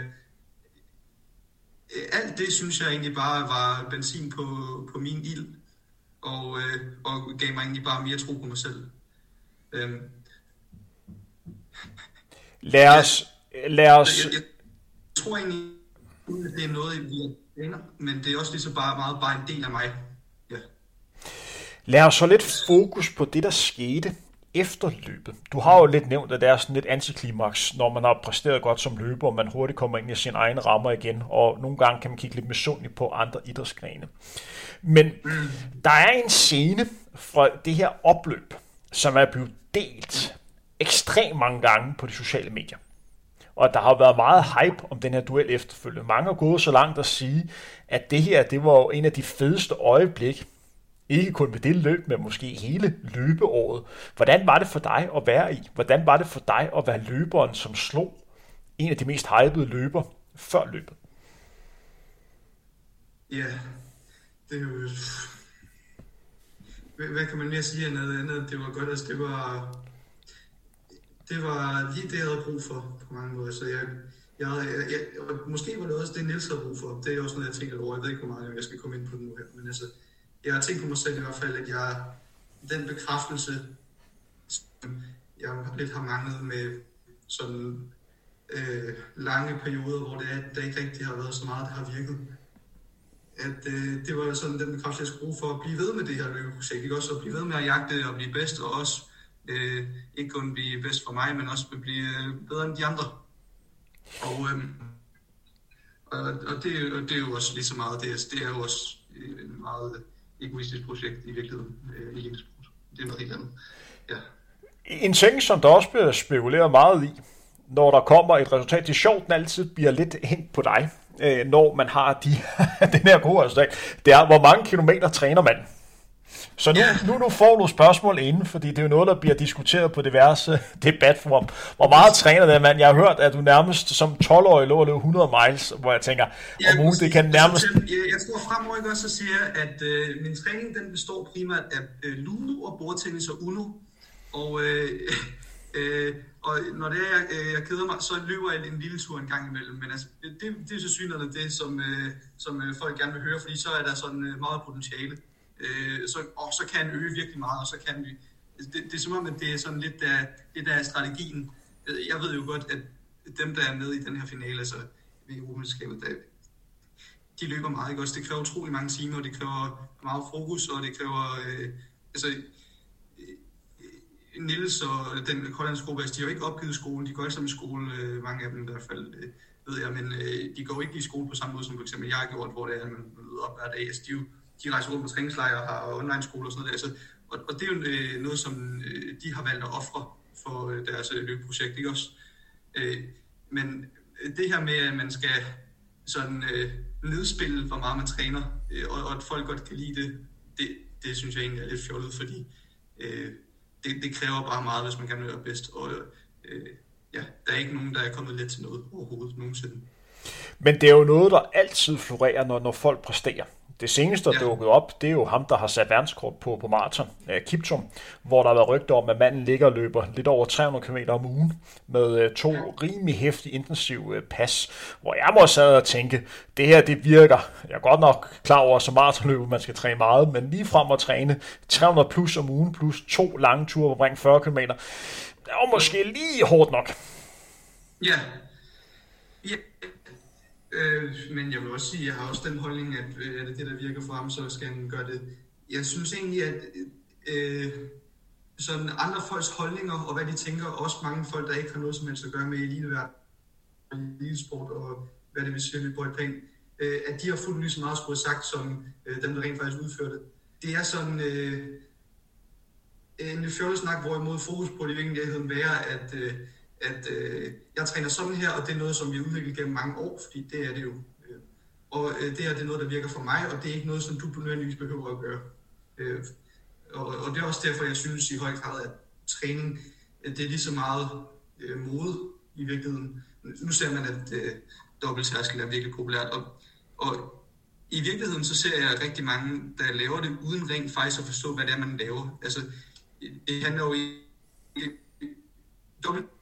alt det, synes jeg egentlig bare var benzin på, på min ild, og, øh, og gav mig egentlig bare mere tro på mig selv. Øh, lad os... Lad os... Jeg, jeg, jeg tror egentlig, det er noget, vi kender, men det er også lige så bare meget bare en del af mig. Ja. Lad os så lidt fokus på det, der skete efter løbet. Du har jo lidt nævnt, at det er sådan lidt antiklimaks, når man har præsteret godt som løber, og man hurtigt kommer ind i sine egne rammer igen, og nogle gange kan man kigge lidt misundeligt på andre idrætsgrene. Men mm. der er en scene fra det her opløb, som er blevet delt ekstremt mange gange på de sociale medier. Og der har været meget hype om den her duel efterfølgende. Mange har gået så langt at sige, at det her, det var jo en af de fedeste øjeblik, ikke kun ved det løb, men måske hele løbeåret. Hvordan var det for dig at være i? Hvordan var det for dig at være løberen, som slog en af de mest hypede løber før løbet? Ja, det er jo... Hvad kan man mere sige andet andet? Det var godt, altså det var... det var lige det, jeg havde brug for på mange måder. Så jeg, jeg, jeg, jeg, måske var det også det, Niels havde brug for. Det er også noget, jeg tænker over. Jeg ved ikke, hvor meget jeg skal komme ind på det nu her. Men altså, jeg har tænkt på mig selv i hvert fald, at jeg den bekræftelse, som jeg lidt har manglet med sådan øh, lange perioder, hvor det, er, det ikke rigtig har været så meget, det har virket. At øh, det var sådan den bekræftelse, jeg skulle bruge for at blive ved med det her løbeprojekt. Ikke også at blive ved med at jagte og blive bedst, og også øh, ikke kun blive bedst for mig, men også blive bedre end de andre. Og, øh, og, og, det, og det er jo også lige så meget, det er, det er jo også et meget egoistisk projekt i virkeligheden, øh, i sport. Det er noget helt andet. Ja. En ting, som der også bliver spekuleret meget i, når der kommer et resultat, det er sjovt, den altid bliver lidt hængt på dig, øh, når man har de, den her gode resultat, det er, hvor mange kilometer træner man? Så nu, yeah. nu, nu får du spørgsmål inden, fordi det er jo noget, der bliver diskuteret på diverse debatforum. Hvor meget træner det, mand? Jeg har hørt, at du nærmest som tolv-årig lå og løb hundrede miles, hvor jeg tænker, ja, om ugen, det kan nærmest... Jeg, jeg tror fremover ikke også, at siger, at øh, min træning den består primært af øh, ludo og bordtennis og uno. Og, øh, øh, og når det er, jeg, øh, jeg keder mig, så løber jeg en lille tur en gang imellem. Men altså, det, det, det er så synligt det, som, øh, som øh, folk gerne vil høre, fordi så er der sådan øh, meget potentiale. Øh, så, og så kan den øge virkelig meget, og så kan vi... Det, det er som om, at det er sådan lidt af, det der er strategien. Jeg ved jo godt, at dem, der er med i den her finale, altså ved Europamesterskabet, de løber meget, ikke også? Det kræver utrolig mange timer, og det kræver meget fokus, og det kræver... Øh, altså, Niels og den hollandske gruppe, altså, de har jo ikke opgivet skolen, de går ikke sammen i skole, øh, mange af dem i hvert fald, øh, ved jeg, men øh, de går ikke i skole på samme måde, som for eksempel jeg har gjort, hvor det er, at man møder op hver dag. Altså, de, jo, de rejser rundt på træningslejre og har online-skole og sådan noget der, altså, og, og det er jo øh, noget, som øh, de har valgt at ofre for øh, deres øh, løbeprojekt, ikke også? Øh, men det her med, at man skal sådan øh, nedspille, hvor meget man træner, øh, og, og at folk godt kan lide det, det, det synes jeg egentlig er lidt fjollet, fordi øh, Det, det kræver bare meget, hvis man gerne vil være bedst, og øh, ja, der er ikke nogen, der er kommet let til noget overhovedet nogensinde. Men det er jo noget, der altid florerer, når, når folk præsterer. Det seneste, der ja. dukket op, det er jo ham, der har sat verdenskort på, på maraton, uh, Kiptum, hvor der har været rygter om, at manden ligger og løber lidt over tre hundrede kilometer om ugen, med uh, to ja. rimelig hæftige intensive uh, pas, hvor jeg må sidde og tænke, det her, det virker. Jeg er godt nok klar over, som maratonløber, man skal træne meget, men lige frem at træne tre hundrede plus om ugen, plus to lange ture på at bringe fyrre kilometer, det er måske lige hårdt nok. Ja, ja. Øh, men jeg vil også sige, at jeg har også den holdning, at øh, er det det, der virker for ham, så skal han gøre det. Jeg synes egentlig, at øh, sådan andre folks holdninger og hvad de tænker, også mange folk, der ikke har noget som helst at gøre med eliteverden, elitesport og hvad det vil sige på et plan, øh, at de har fuldt lige så meget skulle have sagt, som øh, dem, der rent faktisk udfører det. Det er sådan øh, en fjollesnak, hvorimod fokus på det i virkeligheden være, at øh, at øh, jeg træner sådan her, og det er noget, som vi har udviklet gennem mange år, fordi det er det jo. Øh, og øh, det er det noget, der virker for mig, og det er ikke noget, som du nødvendigvis behøver at gøre. Øh, og, og det er også derfor, jeg synes i høj grad, at træning, det er lige så meget øh, mode i virkeligheden. Nu ser man, at øh, dobbelttærskel er virkelig populært, og, og i virkeligheden så ser jeg rigtig mange, der laver det uden rent faktisk at forstå, hvad det er, man laver. Altså, det handler jo i dobbelt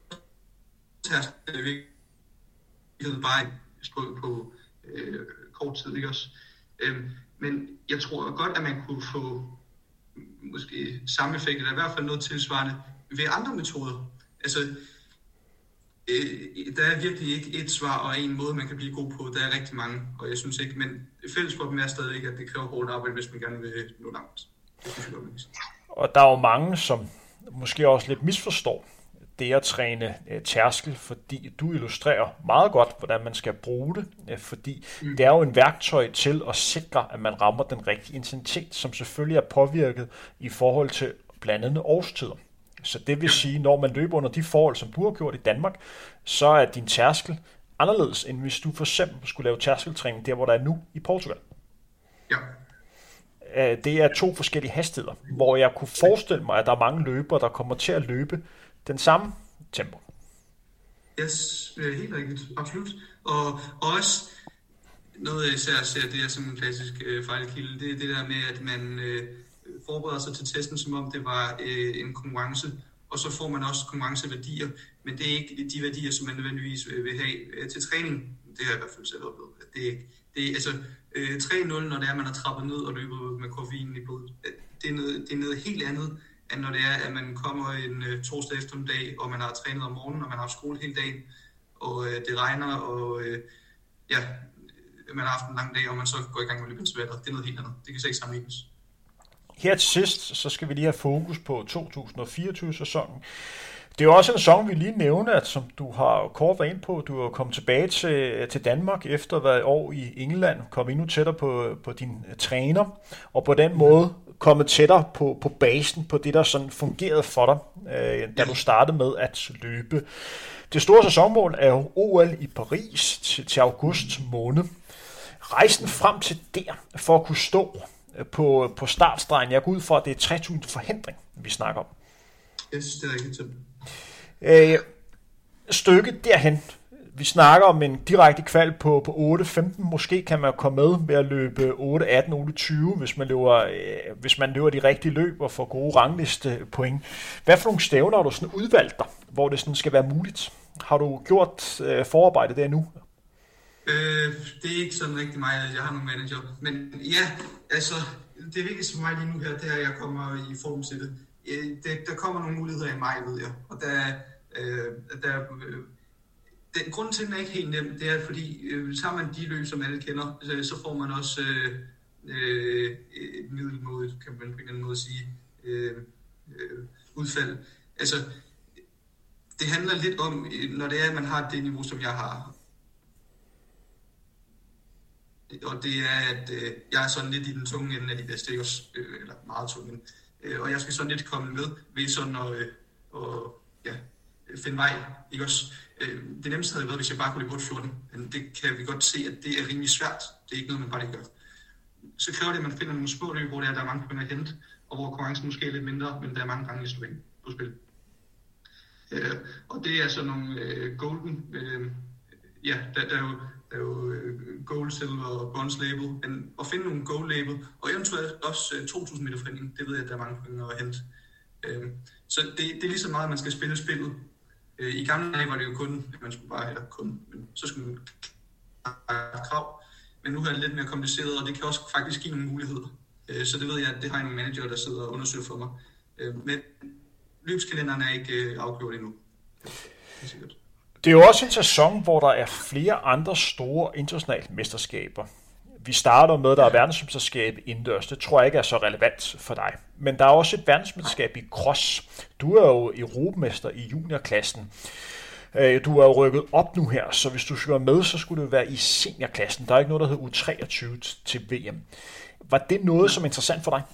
tærskel bare på, på øh, kort tid, ikke også? Øhm, men jeg tror godt, at man kunne få måske samme effekt, eller i hvert fald noget tilsvarende ved andre metoder. Altså, øh, der er virkelig ikke et svar og en måde, man kan blive god på. Der er rigtig mange, og jeg synes ikke, men fælles for dem er stadig ikke, at det kræver hårdt arbejde, hvis man gerne vil nå langt. Det synes jeg godt, og der er jo mange, som måske også lidt misforstår det at træne øh, tærskel, fordi du illustrerer meget godt, hvordan man skal bruge det, øh, fordi mm. det er jo en værktøj til at sikre, at man rammer den rigtige intensitet, som selvfølgelig er påvirket i forhold til blandt andet årstider. Så det vil sige, når man løber under de forhold, som du har gjort i Danmark, så er din tærskel anderledes, end hvis du for eksempel skulle lave tærskeltræning der, hvor der er nu i Portugal. Ja. Øh, det er to forskellige hastigheder, hvor jeg kunne forestille mig, at der er mange løbere, der kommer til at løbe den samme tempo. Yes, helt rigtigt. Absolut. Og, og også noget, jeg især ser, det er som en klassisk øh, fejlkilde, det er det der med, at man øh, forbereder sig til testen, som om det var øh, en konkurrence, og så får man også konkurrenceværdier, men det er ikke de værdier, som man nødvendigvis vil have til træning. Det har jeg i hvert fald selv oplevet. Det er ikke, det er, altså, øh, tre nul, når det er, man har trappet ned og løbet med koffeinen i blodet, det er, noget, det er noget helt andet, end når det er, at man kommer en øh, torsdag eftermiddag, og man har trænet om morgenen, og man har haft skole hele dagen, og øh, det regner, og øh, ja, man har haft en lang dag, og man så går i gang med løbeintervaller. Det er noget helt andet. Det kan slet ikke sammenlignes. Her til sidst, så skal vi lige have fokus på to tusind og fireogtyve-sæsonen. Det er jo også en sæson, vi lige nævner, at som du har kort været ind på, du er kommet tilbage til, til Danmark efter at være et år i England, kom endnu tættere på, på din træner, og på den måde kommet tættere på, på basen, på det, der sådan fungerede for dig, øh, da du startede med at løbe. Det store sæsonmål er jo O L i Paris til, til august måned. Rejsen frem til der, for at kunne stå på, på startstregen, jeg går ud fra, at det er tre tusind forhindring, vi snakker om. Yes, det er rigtigt. Øh, stykket derhen. Vi snakker om en direkte kval på, på otte femten. Måske kan man komme med ved at løbe otte atten, otte tyve, hvis man løber, øh, hvis man løber de rigtige løb og får gode rangliste point. Hvad for nogle stævner har du sådan udvalgt dig, hvor det sådan skal være muligt? Har du gjort øh, forarbejde der nu? Øh, det er ikke sådan rigtig mig, at jeg har nogle manager. Men ja, altså, det vigtigste for mig lige nu her, det er, at jeg kommer i form til det. Det, der kommer nogle muligheder i maj, ved jeg. Og der, øh, der øh, den grund til, at den er ikke helt nem, det er, fordi øh, tager man de løb, som alle kender, så, så får man også øh, øh, middelmådet, kan man på en eller anden måde sige, øh, øh, udfald. Altså, det handler lidt om, når det er, at man har det niveau, som jeg har. Og det er, at øh, jeg er sådan lidt i den tunge ende af de bedste, ikke? Øh, eller meget tunge ende. Og jeg skal sådan lidt komme med ved sådan at, at ja, finde vej, ikke også? Det nemmeste havde været, hvis jeg bare kunne løbe otte fjorten, men det kan vi godt se, at det er rimelig svært. Det er ikke noget, man bare ikke gør. Så kræver det, at man finder nogle små løb, hvor der er mange point at hente, og hvor konkurrencen måske er lidt mindre, men der er mange gange i på spil. Og det er sådan nogle golden, ja, der, der er jo Der er jo gold, silver og bronze label, men at finde nogle gold label, og eventuelt også to tusind meter forhindring, det ved jeg, at der er mange point at hente. Så det, det er lige så meget, at man skal spille spillet. I gamle dage var det jo kun, man skulle bare have kun, men så skulle man have krav. Men nu er det lidt mere kompliceret, og det kan også faktisk give nogle muligheder. Så det ved jeg, at det har jeg nogle manager, der sidder og undersøger for mig. Men løbskalenderen er ikke afgjort endnu. Det er sikkert. Det er jo også en sæson, hvor der er flere andre store internationale mesterskaber. Vi starter med, at der er verdensmesterskab indendørs. Det tror jeg ikke er så relevant for dig. Men der er også et verdensmesterskab i cross. Du er jo europamester i juniorklassen. Du er jo rykket op nu her, så hvis du skulle være med, så skulle det være i seniorklassen. Der er ikke noget, der hedder U treogtyve til V M. Var det noget, som er interessant for dig?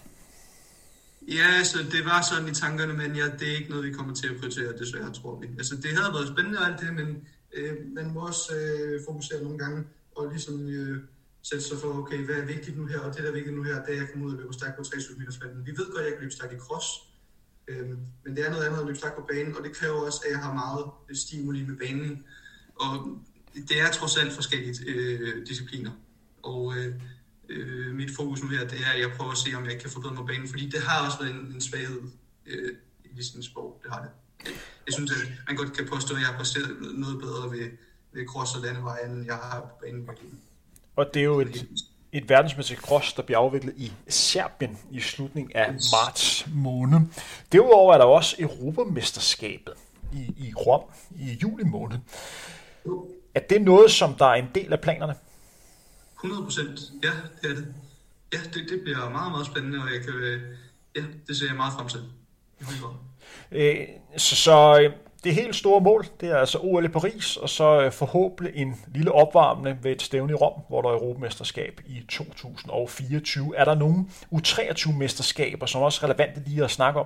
Ja, så det var sådan i tankerne, men ja, det er ikke noget, vi kommer til at prioritere, desværre, tror vi. Altså, det havde været spændende alt det, men øh, man må også øh, fokusere nogle gange, og ligesom øh, sætte sig for, okay, hvad er vigtigt nu her, og det der er vigtigt nu her, det er, at jeg kommer ud og løber stærkt på tre tusind meter spanden. Vi ved godt, at jeg kan løbe stærkt i cross, øh, men det er noget andet at løbe stærkt på banen, og det kræver også, at jeg har meget stimuli med banen, og det er trods alt forskellige øh, discipliner. Og øh, Øh, mit fokus nu her, det er, at jeg prøver at se, om jeg kan forbedre mig banen, fordi det har også været en, en svaghed øh, i sådan en sport, det har det. Jeg synes, at man godt kan påstå, at jeg har præsteret noget bedre ved, ved cross og landevej, end jeg har på banen. Og det er jo et, et verdensmæssigt cross, der bliver afviklet i Serbien i slutningen af marts måned. Derudover er der også Europamesterskabet i, i Rom i juli måned. Er det noget, som der er en del af planerne? hundrede procent, ja, det er det. Ja, det, det bliver meget, meget spændende, og jeg kan, ja, det ser jeg meget frem til. Øh, så, så det helt store mål, det er altså O L i Paris, og så forhåbentlig en lille opvarmning ved et stævne i Rom, hvor der er Europamesterskab i to tusind og fireogtyve. Er der nogle U treogtyve-mesterskaber, som er også relevante lige at snakke om?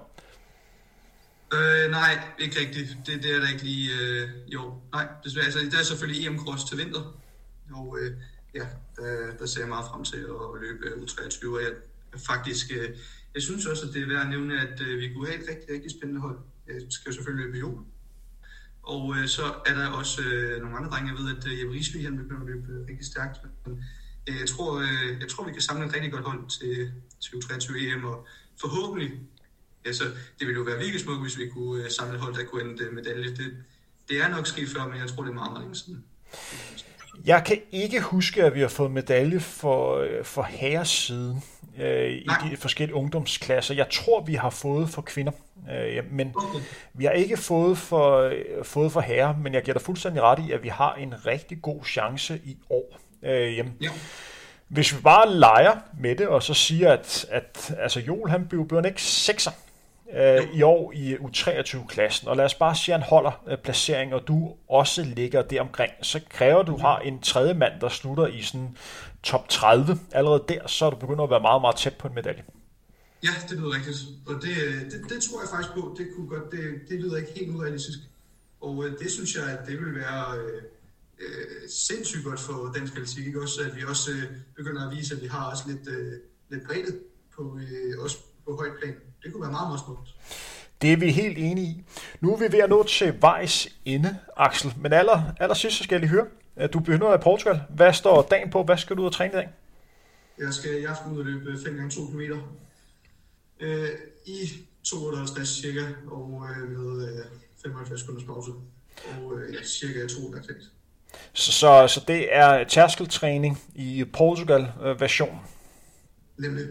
Øh, nej, ikke rigtigt. Det, det er der ikke lige, øh, jo, nej, desværre. Altså, der er selvfølgelig E M-cross til vinter, og øh, ja, der, der ser jeg meget frem til at løbe U treogtyve, og jeg faktisk, jeg synes også, at det er værd at nævne, at vi kunne have et rigtig, rigtig spændende hold. Jeg skal jo selvfølgelig løbe i jul. Og så er der også nogle andre drenge, jeg ved, at Jeppe Risvig, han begynder at løbe rigtig stærkt. Men jeg tror, jeg tror, vi kan samle et rigtig godt hold til, til U treogtyve E M, og forhåbentlig Altså, det ville jo være virkelig smukt, hvis vi kunne samle et hold, der kunne ende medalje. Det, det er nok sket før, men jeg tror, det er meget, meget længe siden. Jeg kan ikke huske, at vi har fået medalje for, for herresiden øh, i de forskellige ungdomsklasser. Jeg tror, vi har fået for kvinder, øh, men okay. Vi har ikke fået for, fået for herrer, men jeg giver dig fuldstændig ret i, at vi har en rigtig god chance i år. Øh, ja. Hvis vi bare leger med det, og så siger, at, at altså Joel, han bliver ikke sekser øh, i år i U treogtyve-klassen, og lad os bare sige, at han holder øh, placering, og du også ligger der omkring, så kræver du, at du har en tredje mand, der slutter i sådan top tredive. Allerede der, så er du begyndt at være meget, meget tæt på en medalje. Ja, det lyder rigtigt, og det, det, det tror jeg faktisk på. Det, kunne godt, det, det lyder ikke helt urealistisk, og øh, det synes jeg, at det vil være... Øh, Øh, sindssygt godt for dansk atletik, ikke også, at vi også øh, begynder at vise, at vi har også lidt, øh, lidt bredde på, øh, også på højt plan. Det kunne være meget, meget smukt. Det er vi helt enige i. Nu er vi ved at nå til vejs ende, Axel. Men aller, aller sidst så skal jeg lige høre, at du begynder i Portugal. Hvad står dagen på? Hvad skal du ud og træne i dag? Jeg skal i aften ud og løbe fem gange to kilometer øh, i tooghalvtreds cirka, og øh, med øh, femoghalvfjerds sekunders pause. Og øh, ja, cirka to gange seks. Så, så, så det er tærskeltræning i Portugal-version. Nemlig.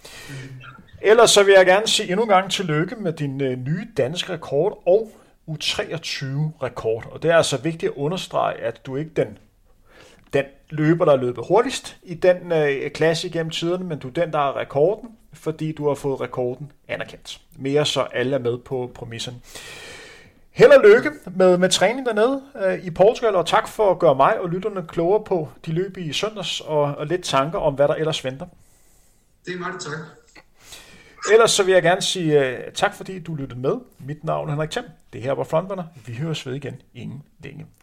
Ellers så vil jeg gerne sige endnu en gang tillykke med din øh, nye danske rekord og U treogtyve-rekord. Og det er altså vigtigt at understrege, at du ikke den, den løber, der er løbet hurtigst i den øh, klasse igennem tiderne, men du er den, der er rekorden, fordi du har fået rekorden anerkendt. Mere så alle er med på præmissen. Held og lykke med, med træning dernede øh, i Portugal, og tak for at gøre mig og lytterne klogere på de løb i søndags, og, og lidt tanker om, hvad der ellers venter. Det er meget tak. Ellers så vil jeg gerne sige uh, tak, fordi du lyttede med. Mit navn er Henrik Thiem. Det her var Frontrunner. Vi høres ved igen inden længe.